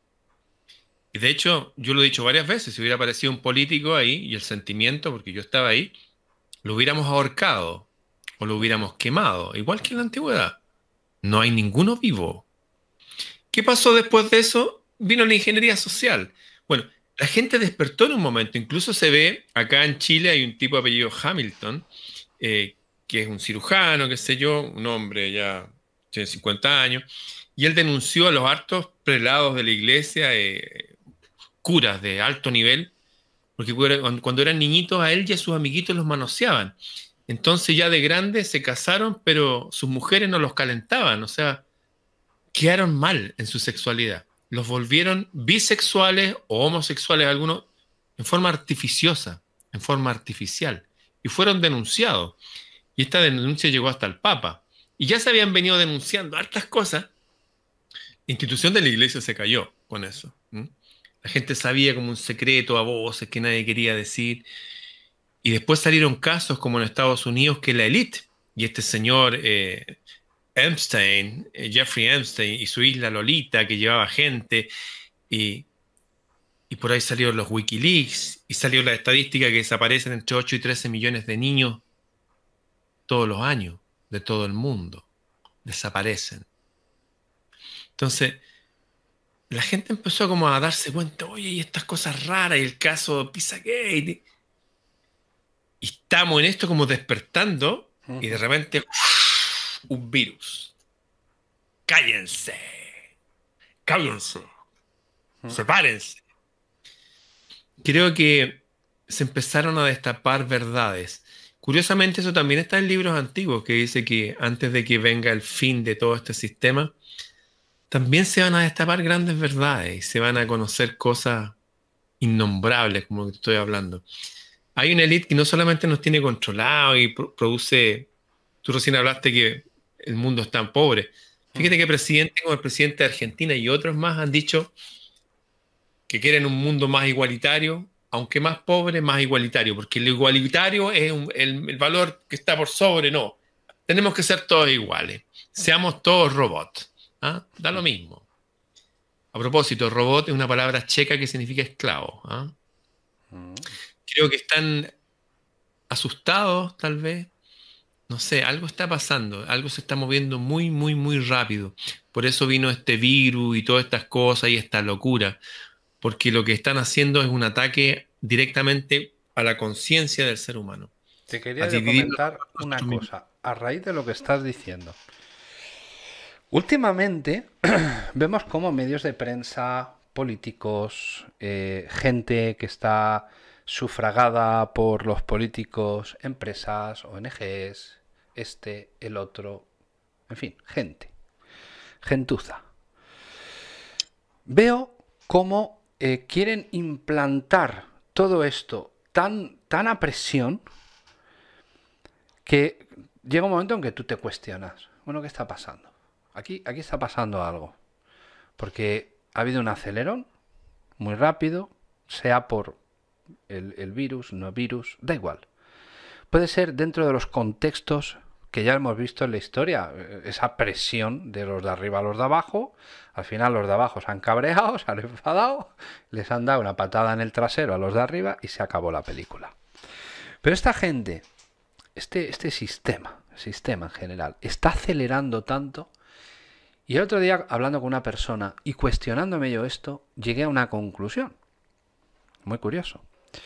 Y de hecho, yo lo he dicho varias veces, si hubiera aparecido un político ahí y el sentimiento, porque yo estaba ahí, lo hubiéramos ahorcado o lo hubiéramos quemado, igual que en la antigüedad. No hay ninguno vivo. ¿Qué pasó después de eso? Vino la ingeniería social. Bueno, la gente despertó en un momento. Incluso se ve, acá en Chile hay un tipo de apellido Hamilton, eh, que es un cirujano, qué sé yo, un hombre ya tiene cincuenta años, y él denunció a los hartos prelados de la iglesia, eh, curas de alto nivel, porque cuando cuando eran niñitos a él y a sus amiguitos los manoseaban. Entonces ya de grandes se casaron, pero sus mujeres no los calentaban, o sea, quedaron mal en su sexualidad. Los volvieron bisexuales o homosexuales algunos en forma artificiosa, en forma artificial, y fueron denunciados. Y esta denuncia llegó hasta el Papa. Y ya se habían venido denunciando hartas cosas. La institución de la iglesia se cayó con eso. ¿m? La gente sabía como un secreto a voces que nadie quería decir. Y después salieron casos como en Estados Unidos que la élite y este señor eh, Epstein, eh, Jeffrey Epstein y su isla Lolita que llevaba gente y, y por ahí salieron los Wikileaks y salió la estadística que desaparecen entre ocho y trece millones de niños todos los años de todo el mundo. Desaparecen. Entonces, la gente empezó como a darse cuenta, oye, y estas cosas raras, y el caso Pizzagate. Y estamos en esto como despertando, y de repente, ¡uf! un virus. Cállense. Cállense. Sepárense. Creo que se empezaron a destapar verdades. Curiosamente, eso también está en libros antiguos, que dice que antes de que venga el fin de todo este sistema, también se van a destapar grandes verdades y se van a conocer cosas innombrables, como lo que estoy hablando. Hay una élite que no solamente nos tiene controlados y pro- produce... Tú recién hablaste que el mundo es tan pobre. Fíjate que presidentes como el presidente de Argentina y otros más han dicho que quieren un mundo más igualitario, aunque más pobre, más igualitario, porque lo igualitario es un- el, el valor que está por sobre, no. Tenemos que ser todos iguales. Seamos todos robots. ¿Ah? Da lo mismo. A propósito, robot es una palabra checa que significa esclavo. ¿Ah? Creo que están asustados, tal vez. No sé, algo está pasando, algo se está moviendo muy, muy, muy rápido. Por eso vino este virus y todas estas cosas y esta locura. Porque lo que están haciendo es un ataque directamente a la conciencia del ser humano. Te A quería yo dividirnos comentar una nosotros mismos. cosa, a raíz de lo que estás diciendo. Últimamente vemos cómo medios de prensa, políticos, eh, gente que está sufragada por los políticos, empresas, O N Ges, este, el otro, en fin, gente, gentuza. Veo cómo eh, quieren implantar todo esto tan, tan a presión que llega un momento en que tú te cuestionas, bueno, ¿qué está pasando? Aquí, aquí está pasando algo. Porque ha habido un acelerón muy rápido, sea por el, el virus, no virus, da igual. Puede ser dentro de los contextos que ya hemos visto en la historia, esa presión de los de arriba a los de abajo. Al final los de abajo se han cabreado, se han enfadado, les han dado una patada en el trasero a los de arriba y se acabó la película. Pero esta gente, este, este sistema, sistema en general, está acelerando tanto. Y el otro día, hablando con una persona y cuestionándome yo esto, llegué a una conclusión. Muy curioso.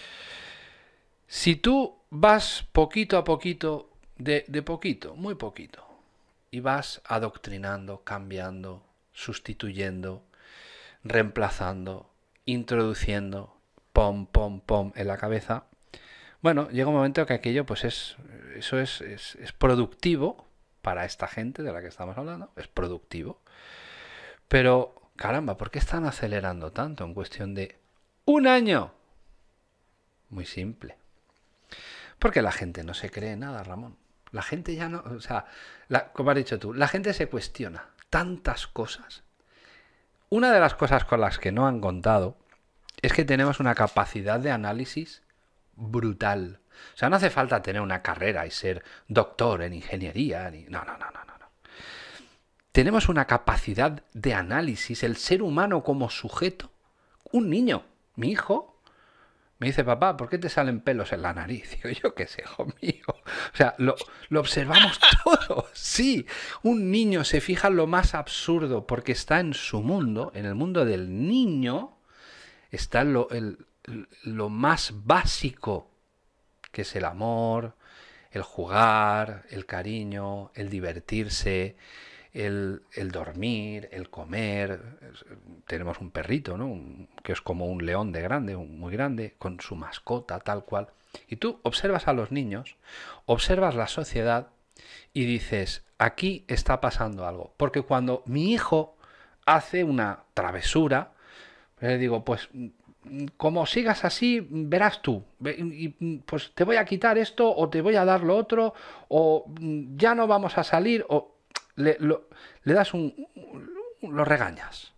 Si tú vas poquito a poquito, de, de poquito, muy poquito, y vas adoctrinando, cambiando, sustituyendo, reemplazando, introduciendo, pom, pom, pom en la cabeza, bueno, llega un momento que aquello, pues es, eso es, es, es productivo para esta gente de la que estamos hablando, es productivo. Pero, caramba, ¿por qué están acelerando tanto en cuestión de un año? Muy simple. Porque la gente no se cree nada, Ramón. La gente ya no, o sea, la, como has dicho tú, la gente se cuestiona tantas cosas. Una de las cosas con las que no han contado es que tenemos una capacidad de análisis brutal. O sea, no hace falta tener una carrera y ser doctor en ingeniería. Ni... No, no, no, no, no. Tenemos una capacidad de análisis, el ser humano como sujeto. Un niño, mi hijo, me dice, papá, ¿por qué te salen pelos en la nariz? Digo, yo qué sé, hijo mío. O sea, lo, lo observamos todo. Sí, un niño se fija en lo más absurdo porque está en su mundo, en el mundo del niño, está en lo, el, lo más básico, que es el amor, el jugar, el cariño, el divertirse, el, el dormir, el comer. Tenemos un perrito, ¿no? Un, que es como un león de grande, un, muy grande, con su mascota, tal cual. Y tú observas a los niños, observas la sociedad y dices, aquí está pasando algo. Porque cuando mi hijo hace una travesura, le digo, pues como sigas así, verás tú, y pues te voy a quitar esto o te voy a dar lo otro o ya no vamos a salir o le, lo, le das un, lo regañas.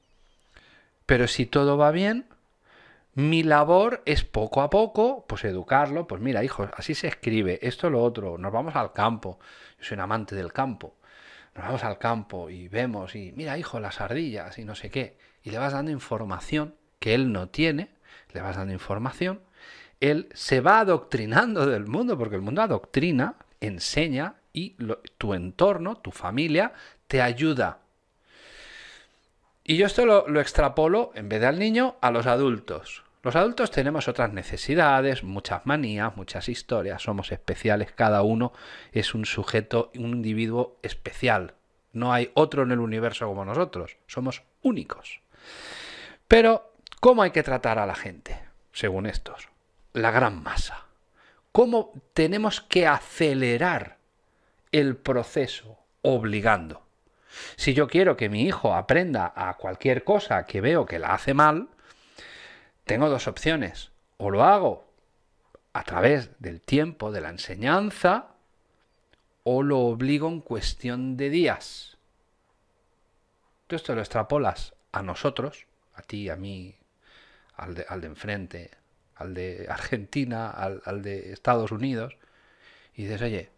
Pero si todo va bien, mi labor es poco a poco, pues educarlo, pues mira, hijo, así se escribe, esto, lo otro, nos vamos al campo, yo soy un amante del campo, nos vamos al campo y vemos y mira, hijo, las ardillas y no sé qué, y le vas dando información que él no tiene, le vas dando información, él se va adoctrinando del mundo, porque el mundo adoctrina, enseña y lo, tu entorno, tu familia, te ayuda. Y yo esto lo, lo extrapolo, en vez de al niño, a los adultos. Los adultos tenemos otras necesidades, muchas manías, muchas historias, somos especiales, cada uno es un sujeto, un individuo especial. No hay otro en el universo como nosotros, somos únicos. Pero, ¿cómo hay que tratar a la gente? Según estos, la gran masa. ¿Cómo tenemos que acelerar el proceso obligando? Si yo quiero que mi hijo aprenda a cualquier cosa que veo que la hace mal, tengo dos opciones. O lo hago a través del tiempo, de la enseñanza, o lo obligo en cuestión de días. Tú esto lo extrapolas a nosotros, a ti, a mí, al de, al de enfrente, al de Argentina, al, al de Estados Unidos, y dices, oye,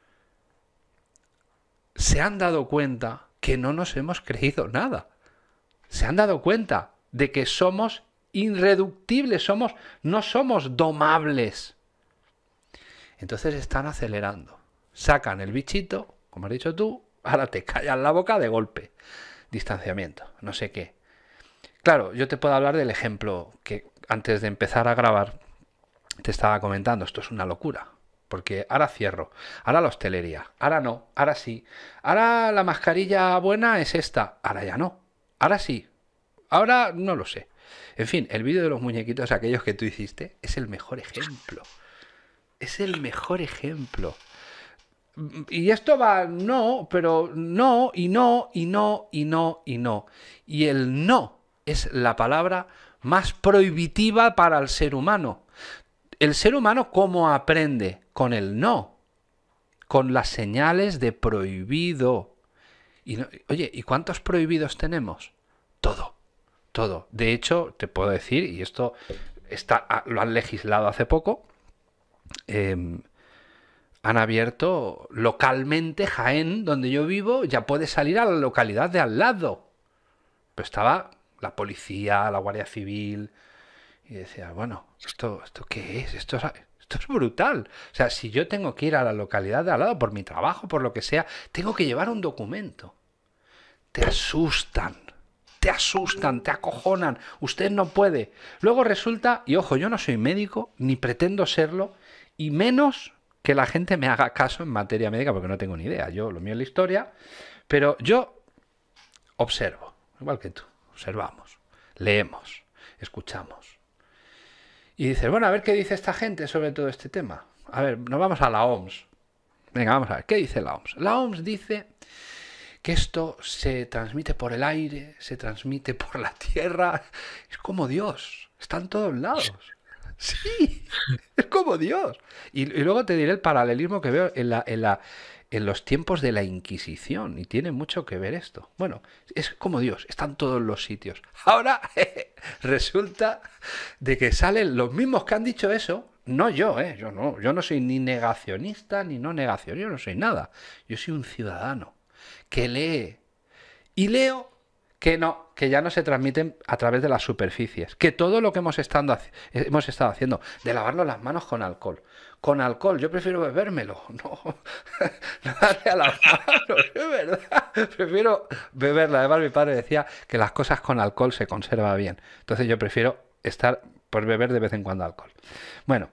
se han dado cuenta que no nos hemos creído nada. Se han dado cuenta de que somos irreductibles, somos, no somos domables. Entonces están acelerando. Sacan el bichito, como has dicho tú, ahora te callan la boca de golpe. Distanciamiento, no sé qué. Claro, yo te puedo hablar del ejemplo que antes de empezar a grabar te estaba comentando. Esto es una locura. Porque ahora cierro, ahora la hostelería, ahora no, ahora sí. Ahora la mascarilla buena es esta, ahora ya no. Ahora sí, ahora no lo sé. En fin, el vídeo de los muñequitos, aquellos que tú hiciste, es el mejor ejemplo. Es el mejor ejemplo. Y esto va, no, pero no, y no, y no, y no, y no. Y el no es la palabra más prohibitiva para el ser humano. El ser humano, ¿cómo aprende? Con el no. Con las señales de prohibido. Y no, oye, ¿y cuántos prohibidos tenemos? Todo. Todo. De hecho, te puedo decir, y esto está, lo han legislado hace poco, eh, han abierto localmente Jaén, donde yo vivo, ya puede salir a la localidad de al lado. Pero estaba la policía, la Guardia Civil, y decía, bueno, ¿esto, esto qué es? Esto es, esto es brutal. O sea, si yo tengo que ir a la localidad de al lado por mi trabajo, por lo que sea, tengo que llevar un documento. Te asustan. Te asustan, te acojonan, usted no puede. Luego resulta, y ojo, yo no soy médico, ni pretendo serlo, y menos que la gente me haga caso en materia médica, porque no tengo ni idea. Yo, lo mío es la historia, pero yo observo, igual que tú, observamos, leemos, escuchamos. Y dices, bueno, a ver qué dice esta gente sobre todo este tema. A ver, nos vamos a la O M S. Venga, vamos a ver, ¿qué dice la O M S? La O M S dice que esto se transmite por el aire, se transmite por la tierra. Es como Dios, está en todos lados. Sí, es como Dios. Y, y luego te diré el paralelismo que veo en, la, en, la, en los tiempos de la Inquisición, y tiene mucho que ver esto. Bueno, es como Dios, está en todos los sitios. Ahora resulta de que salen los mismos que han dicho eso. No yo, ¿eh? Yo no, yo no soy ni negacionista ni no negacionista, yo no soy nada. Yo soy un ciudadano que lee. Y leo que no, que ya no se transmiten a través de las superficies. Que todo lo que hemos estado, hemos estado haciendo, de lavarnos las manos con alcohol. Con alcohol, yo prefiero bebérmelo, no, no darle a las manos, es verdad. Prefiero beberla. Además, mi padre decía que las cosas con alcohol se conservan bien. Entonces yo prefiero estar, por beber de vez en cuando alcohol. Bueno,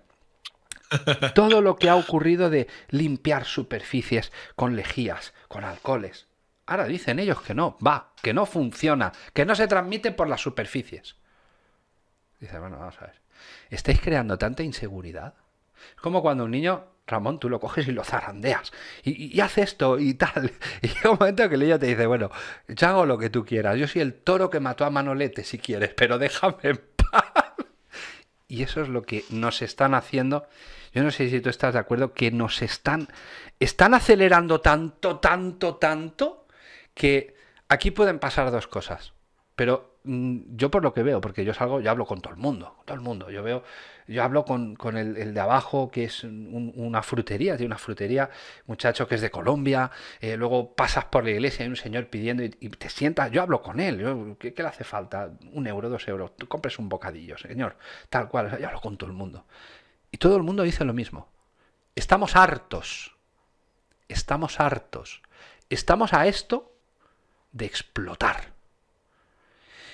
todo lo que ha ocurrido de limpiar superficies con lejías, con alcoholes. Ahora dicen ellos que no, va, que no funciona, que no se transmite por las superficies. Dice, bueno, vamos a ver. ¿Estáis creando tanta inseguridad? Es como cuando un niño, Ramón, tú lo coges y lo zarandeas. Y, y hace esto y tal. Y llega un momento que el niño te dice, bueno, yo hago lo que tú quieras. Yo soy el toro que mató a Manolete, si quieres, pero déjame en paz. Y eso es lo que nos están haciendo. Yo no sé si tú estás de acuerdo, que nos están, están acelerando tanto, tanto, tanto, que aquí pueden pasar dos cosas. Pero mmm, yo por lo que veo, porque yo salgo, yo hablo con todo el mundo, con todo el mundo. Yo veo, yo hablo con, con el, el de abajo, que es un, una frutería, tiene una frutería, muchacho que es de Colombia. Eh, luego pasas por la iglesia, hay un señor pidiendo y, y te sientas. Yo hablo con él. Yo, ¿qué, ¿Qué le hace falta? Un euro, dos euros. Tú compres un bocadillo, señor. Tal cual. O sea, yo hablo con todo el mundo. Y todo el mundo dice lo mismo. Estamos hartos. Estamos hartos. Estamos a esto de explotar.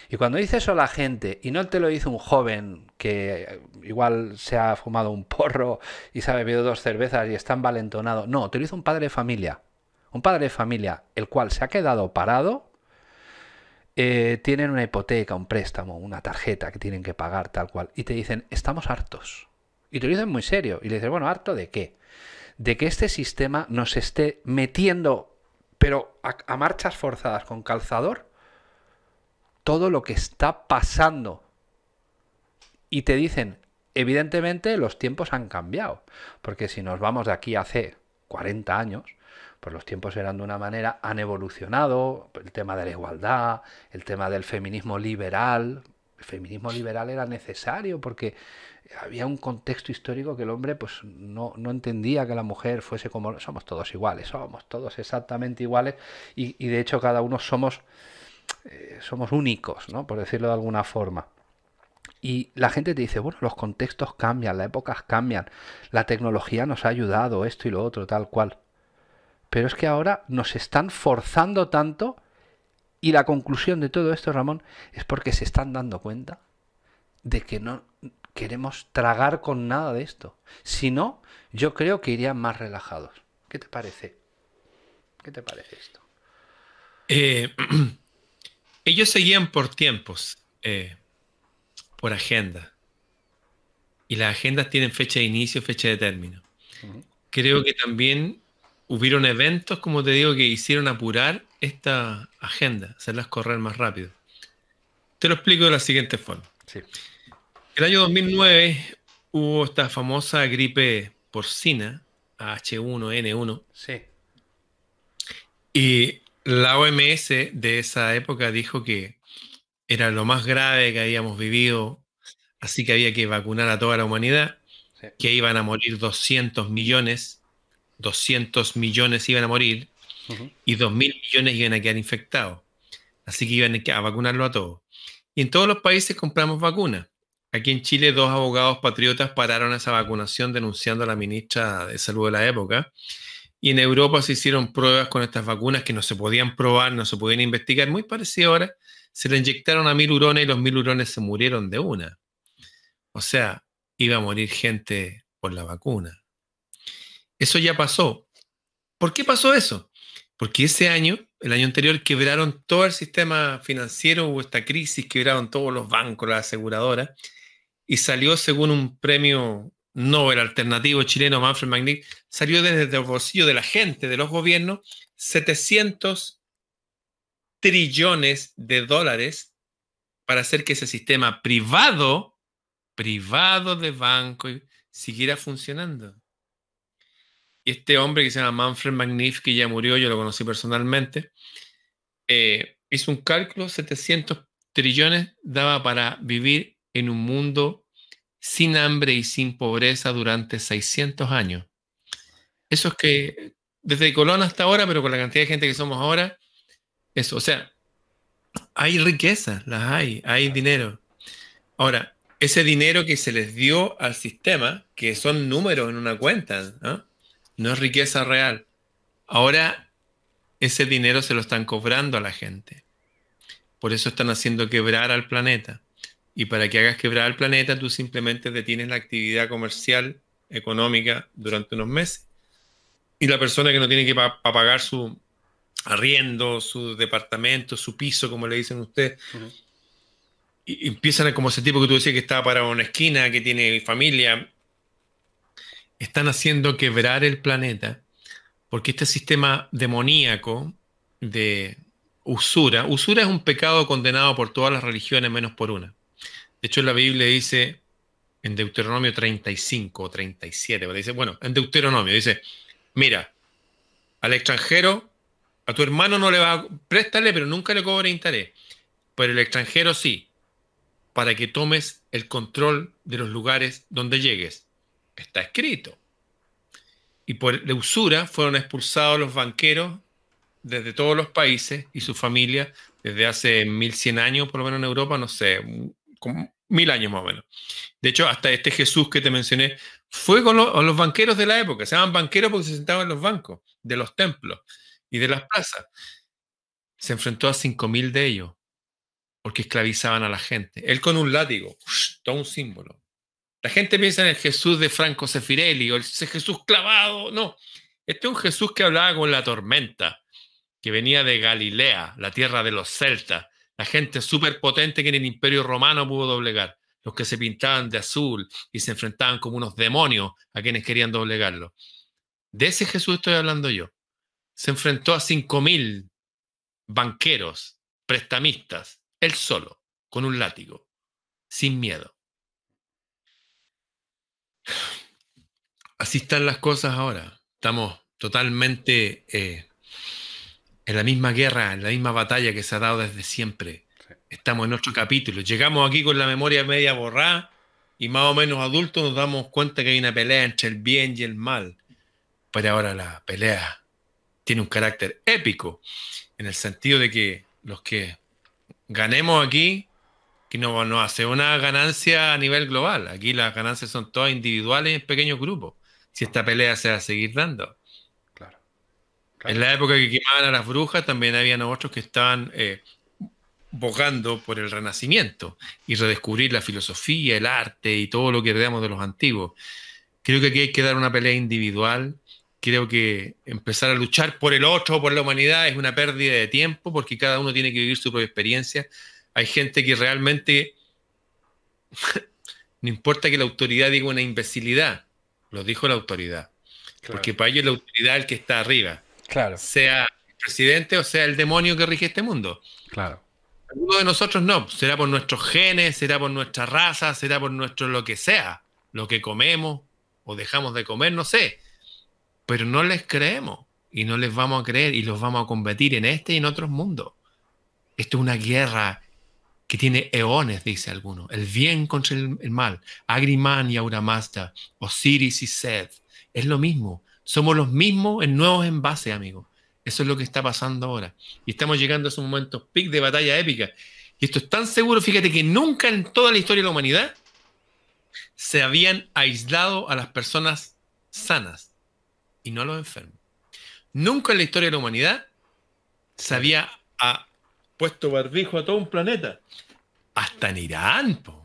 Y cuando dice eso la gente, y no te lo dice un joven que igual se ha fumado un porro y se ha bebido dos cervezas y está envalentonado, no, te lo dice un padre de familia. Un padre de familia, el cual se ha quedado parado, eh, tienen una hipoteca, un préstamo, una tarjeta que tienen que pagar tal cual, y te dicen, estamos hartos. Y te lo dicen muy serio. Y le dices, bueno, ¿harto de qué? De que este sistema nos esté metiendo, pero a, a marchas forzadas con calzador, todo lo que está pasando. Y te dicen, evidentemente los tiempos han cambiado, porque si nos vamos de aquí hace cuarenta años, pues los tiempos eran de una manera, han evolucionado, el tema de la igualdad, el tema del feminismo liberal. El feminismo liberal era necesario porque había un contexto histórico que el hombre pues no, no entendía que la mujer fuese como somos todos iguales, somos todos exactamente iguales y, y de hecho cada uno somos, eh, somos únicos, ¿no? Por decirlo de alguna forma. Y la gente te dice, bueno, los contextos cambian, las épocas cambian, la tecnología nos ha ayudado, esto y lo otro, tal cual. Pero es que ahora nos están forzando tanto y la conclusión de todo esto, Ramón, es porque se están dando cuenta de que no queremos tragar con nada de esto. Si no, yo creo que irían más relajados. ¿Qué te parece? ¿Qué te parece esto? Eh, ellos seguían por tiempos, eh, por agenda. Y las agendas tienen fecha de inicio, fecha de término. Uh-huh. Creo que también hubieron eventos, como te digo, que hicieron apurar esta agenda, hacerlas correr más rápido. Te lo explico de la siguiente forma. Sí. El año dos mil nueve hubo esta famosa gripe porcina, H uno N uno, Sí. y la O M S de esa época dijo que era lo más grave que habíamos vivido, así que había que vacunar a toda la humanidad, Sí. que iban a morir doscientos millones, doscientos millones iban a morir, Uh-huh. y dos mil millones iban a quedar infectados. Así que iban a vacunarlo a todos. Y en todos los países compramos vacunas. Aquí en Chile, dos abogados patriotas pararon esa vacunación denunciando a la ministra de Salud de la época. Y en Europa se hicieron pruebas con estas vacunas que no se podían probar, no se podían investigar. Muy parecido ahora, se le inyectaron a mil hurones y los mil hurones se murieron de una. O sea, iba a morir gente por la vacuna. Eso ya pasó. ¿Por qué pasó eso? Porque ese año, el año anterior, quebraron todo el sistema financiero, hubo esta crisis, quebraron todos los bancos, las aseguradoras, y salió, según un premio Nobel alternativo chileno, Manfred Magniff, salió desde el bolsillo de la gente, de los gobiernos, setecientos trillones de dólares para hacer que ese sistema privado, privado de banco, siguiera funcionando. Y este hombre que se llama Manfred Magniff, que ya murió, yo lo conocí personalmente, eh, hizo un cálculo, setecientos trillones daba para vivir en un mundo sin hambre y sin pobreza durante seiscientos años. Eso es que, desde Colón hasta ahora, pero con la cantidad de gente que somos ahora, eso, o sea, hay riqueza, las hay, hay dinero. Ahora, ese dinero que se les dio al sistema, que son números en una cuenta, ¿no? No es riqueza real. Ahora ese dinero se lo están cobrando a la gente. Por eso están haciendo quebrar al planeta. Y para que hagas quebrar al planeta, tú simplemente detienes la actividad comercial, económica, durante unos meses. Y la persona que no tiene que pa pa pagar su arriendo, su departamento, su piso, como le dicen ustedes, Uh-huh. y empiezan a, como ese tipo que tú decías que estaba parado en una esquina, que tiene familia, están haciendo quebrar el planeta. Porque este sistema demoníaco de usura, usura es un pecado condenado por todas las religiones menos por una. De hecho, la Biblia dice en Deuteronomio treinta y cinco o treinta y siete, dice, bueno, en Deuteronomio dice, mira, al extranjero, a tu hermano no le va a préstale, pero nunca le cobre interés. Pero el extranjero sí, para que tomes el control de los lugares donde llegues. Está escrito. Y por la usura fueron expulsados los banqueros desde todos los países y sus familias desde hace mil cien años, por lo menos en Europa, no sé, como mil años más o menos. De hecho, hasta este Jesús que te mencioné fue con los, con los banqueros de la época. Se llaman banqueros porque se sentaban en los bancos de los templos y de las plazas. Se enfrentó a cinco mil de ellos. porque esclavizaban a la gente. Él con un látigo, todo un símbolo. La gente piensa en el Jesús de Franco Sefirelli o ese Jesús clavado. No, este es un Jesús que hablaba con la tormenta, que venía de Galilea, la tierra de los celtas, la gente súper potente que en el Imperio Romano pudo doblegar, los que se pintaban de azul y se enfrentaban como unos demonios a quienes querían doblegarlo. De ese Jesús estoy hablando yo. Se enfrentó a cinco mil banqueros, prestamistas, él solo, con un látigo, sin miedo. Así están las cosas ahora. Estamos totalmente eh, en la misma guerra, en la misma batalla que se ha dado desde siempre. Sí. Estamos en otro capítulo. Llegamos aquí con la memoria media borrada y más o menos adultos nos damos cuenta que hay una pelea entre el bien y el mal. Pero ahora la pelea tiene un carácter épico, en el sentido de que los que ganemos aquí, que no nos hace una ganancia a nivel global. Aquí las ganancias son todas individuales en pequeños grupos. Si esta pelea se va a seguir dando. Claro. Claro. En la época que quemaban a las brujas, también habían otros que estaban eh, bogando por el Renacimiento y redescubrir la filosofía, el arte y todo lo que heredamos de los antiguos. Creo que aquí hay que dar una pelea individual. Creo que empezar a luchar por el otro, por la humanidad, es una pérdida de tiempo porque cada uno tiene que vivir su propia experiencia. Hay gente que realmente no importa que la autoridad diga una imbecilidad, lo dijo la autoridad. Claro. Porque para ellos la autoridad es el que está arriba. Claro. Sea el presidente o sea el demonio que rige este mundo. Claro. Algunos de nosotros no. Será por nuestros genes, será por nuestra raza, será por nuestro lo que sea. Lo que comemos o dejamos de comer, no sé. Pero no les creemos y no les vamos a creer y los vamos a combatir en este y en otros mundos. Esto es una guerra que tiene eones, dice alguno. El bien contra el, el mal. Agriman y Ahura Mazda, Osiris y Seth. Es lo mismo. Somos los mismos en nuevos envases, amigos. Eso es lo que está pasando ahora. Y estamos llegando a esos momentos peak de batalla épica. Y esto es tan seguro, fíjate que nunca en toda la historia de la humanidad se habían aislado a las personas sanas y no a los enfermos. Nunca en la historia de la humanidad se había a, puesto barbijo a todo un planeta. Hasta en Irán, po.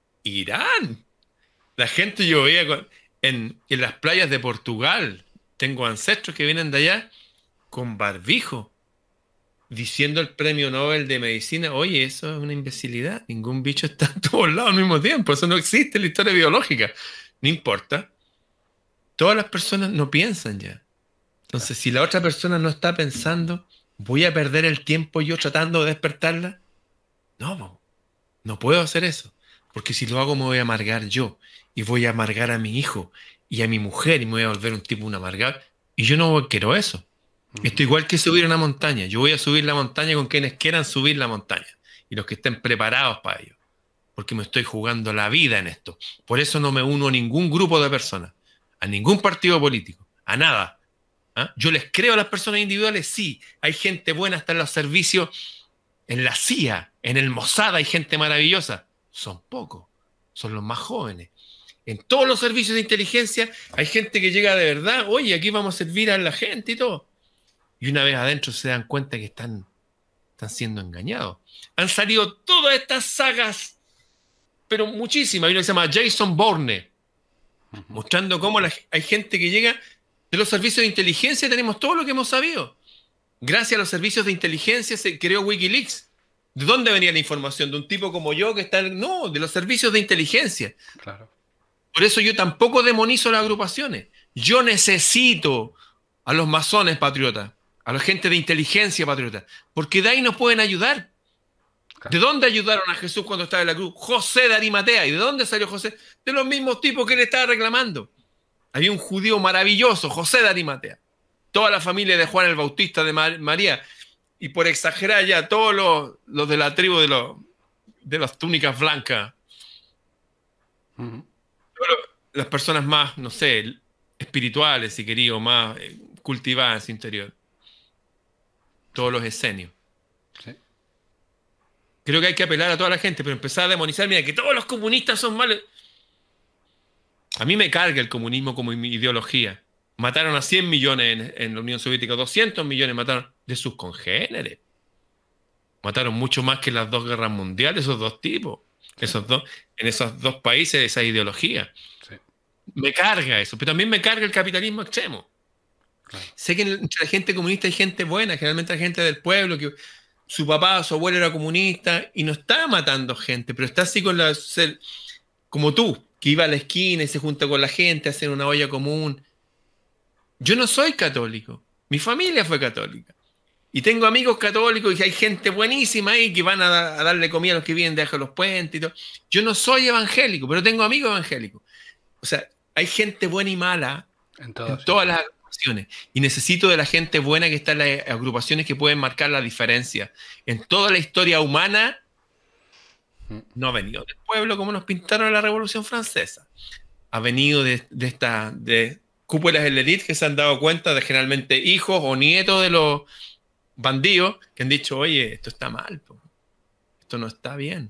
Irán. La gente yo veía con, en, en las playas de Portugal. Tengo ancestros que vienen de allá con barbijo, diciendo el premio Nobel de Medicina, oye, eso es una imbecilidad. Ningún bicho está en todos lados al mismo tiempo. Eso no existe en la historia biológica. No importa. Todas las personas no piensan ya. Entonces, si la otra persona no está pensando, ¿voy a perder el tiempo yo tratando de despertarla? No, no puedo hacer eso. Porque si lo hago me voy a amargar yo. Y voy a amargar a mi hijo y a mi mujer y me voy a volver un tipo un amargado. Y yo no quiero eso. Uh-huh. Esto igual que subir una montaña. Yo voy a subir la montaña con quienes quieran subir la montaña. Y los que estén preparados para ello. Porque me estoy jugando la vida en esto. Por eso no me uno a ningún grupo de personas. A ningún partido político. A nada. ¿Ah? Yo les creo a las personas individuales, sí, hay gente buena hasta en los servicios, en la C I A, en el Mossad hay gente maravillosa, son pocos, son los más jóvenes. En todos los servicios de inteligencia hay gente que llega de verdad, oye, aquí vamos a servir a la gente y todo. Y una vez adentro se dan cuenta que están, están siendo engañados. Han salido todas estas sagas, pero muchísimas. Hay uno que se llama Jason Bourne, uh-huh. mostrando cómo la, hay gente que llega. De los servicios de inteligencia tenemos todo lo que hemos sabido. Gracias a los servicios de inteligencia se creó Wikileaks. ¿De dónde venía la información? ¿De un tipo como yo que está...? No, de los servicios de inteligencia. Claro. Por eso yo tampoco demonizo las agrupaciones. Yo necesito a los masones patriotas, a la gente de inteligencia patriota, porque de ahí nos pueden ayudar. Claro. ¿De dónde ayudaron a Jesús cuando estaba en la cruz? José de Arimatea. ¿Y de dónde salió José? De los mismos tipos que él estaba reclamando. Había un judío maravilloso, José de Arimatea. Toda la familia de Juan el Bautista, de Mar María. Y por exagerar ya, todos los, los de la tribu de, los, de las túnicas blancas. Uh-huh. Las personas más, no sé, espirituales, si quería, o más eh, cultivadas en su interior. Todos los esenios. Sí. Creo que hay que apelar a toda la gente, pero empezar a demonizar, mira, que todos los comunistas son malos. A mí me carga el comunismo como ideología. Mataron a cien millones en, en la Unión Soviética, doscientos millones mataron de sus congéneres. Mataron mucho más que las dos guerras mundiales, esos dos tipos. Sí, Esos dos, en esos dos países, esa ideología. sí, Me carga eso, pero también me carga el capitalismo extremo. claro. Sé que entre la gente comunista hay gente buena, generalmente hay gente del pueblo, que su papá o su abuelo era comunista y no está matando gente, pero está así con la, se- como tú, que iba a la esquina y se junta con la gente, hacen una olla común. Yo no soy católico, mi familia fue católica. Y tengo amigos católicos y hay gente buenísima ahí que van a, a darle comida a los que vienen debajo de los puentes y todo. Yo no soy evangélico, pero tengo amigos evangélicos. O sea, hay gente buena y mala En en todos todas sitios. las agrupaciones. Y necesito de la gente buena que está en las agrupaciones que pueden marcar la diferencia. En toda la historia humana Mm, no ha venido del pueblo como nos pintaron en la Revolución Francesa. Ha venido de, de esta, de cúpulas de la élite que se han dado cuenta de generalmente hijos o nietos de los bandidos que han dicho, oye, esto está mal, po. Esto no está bien.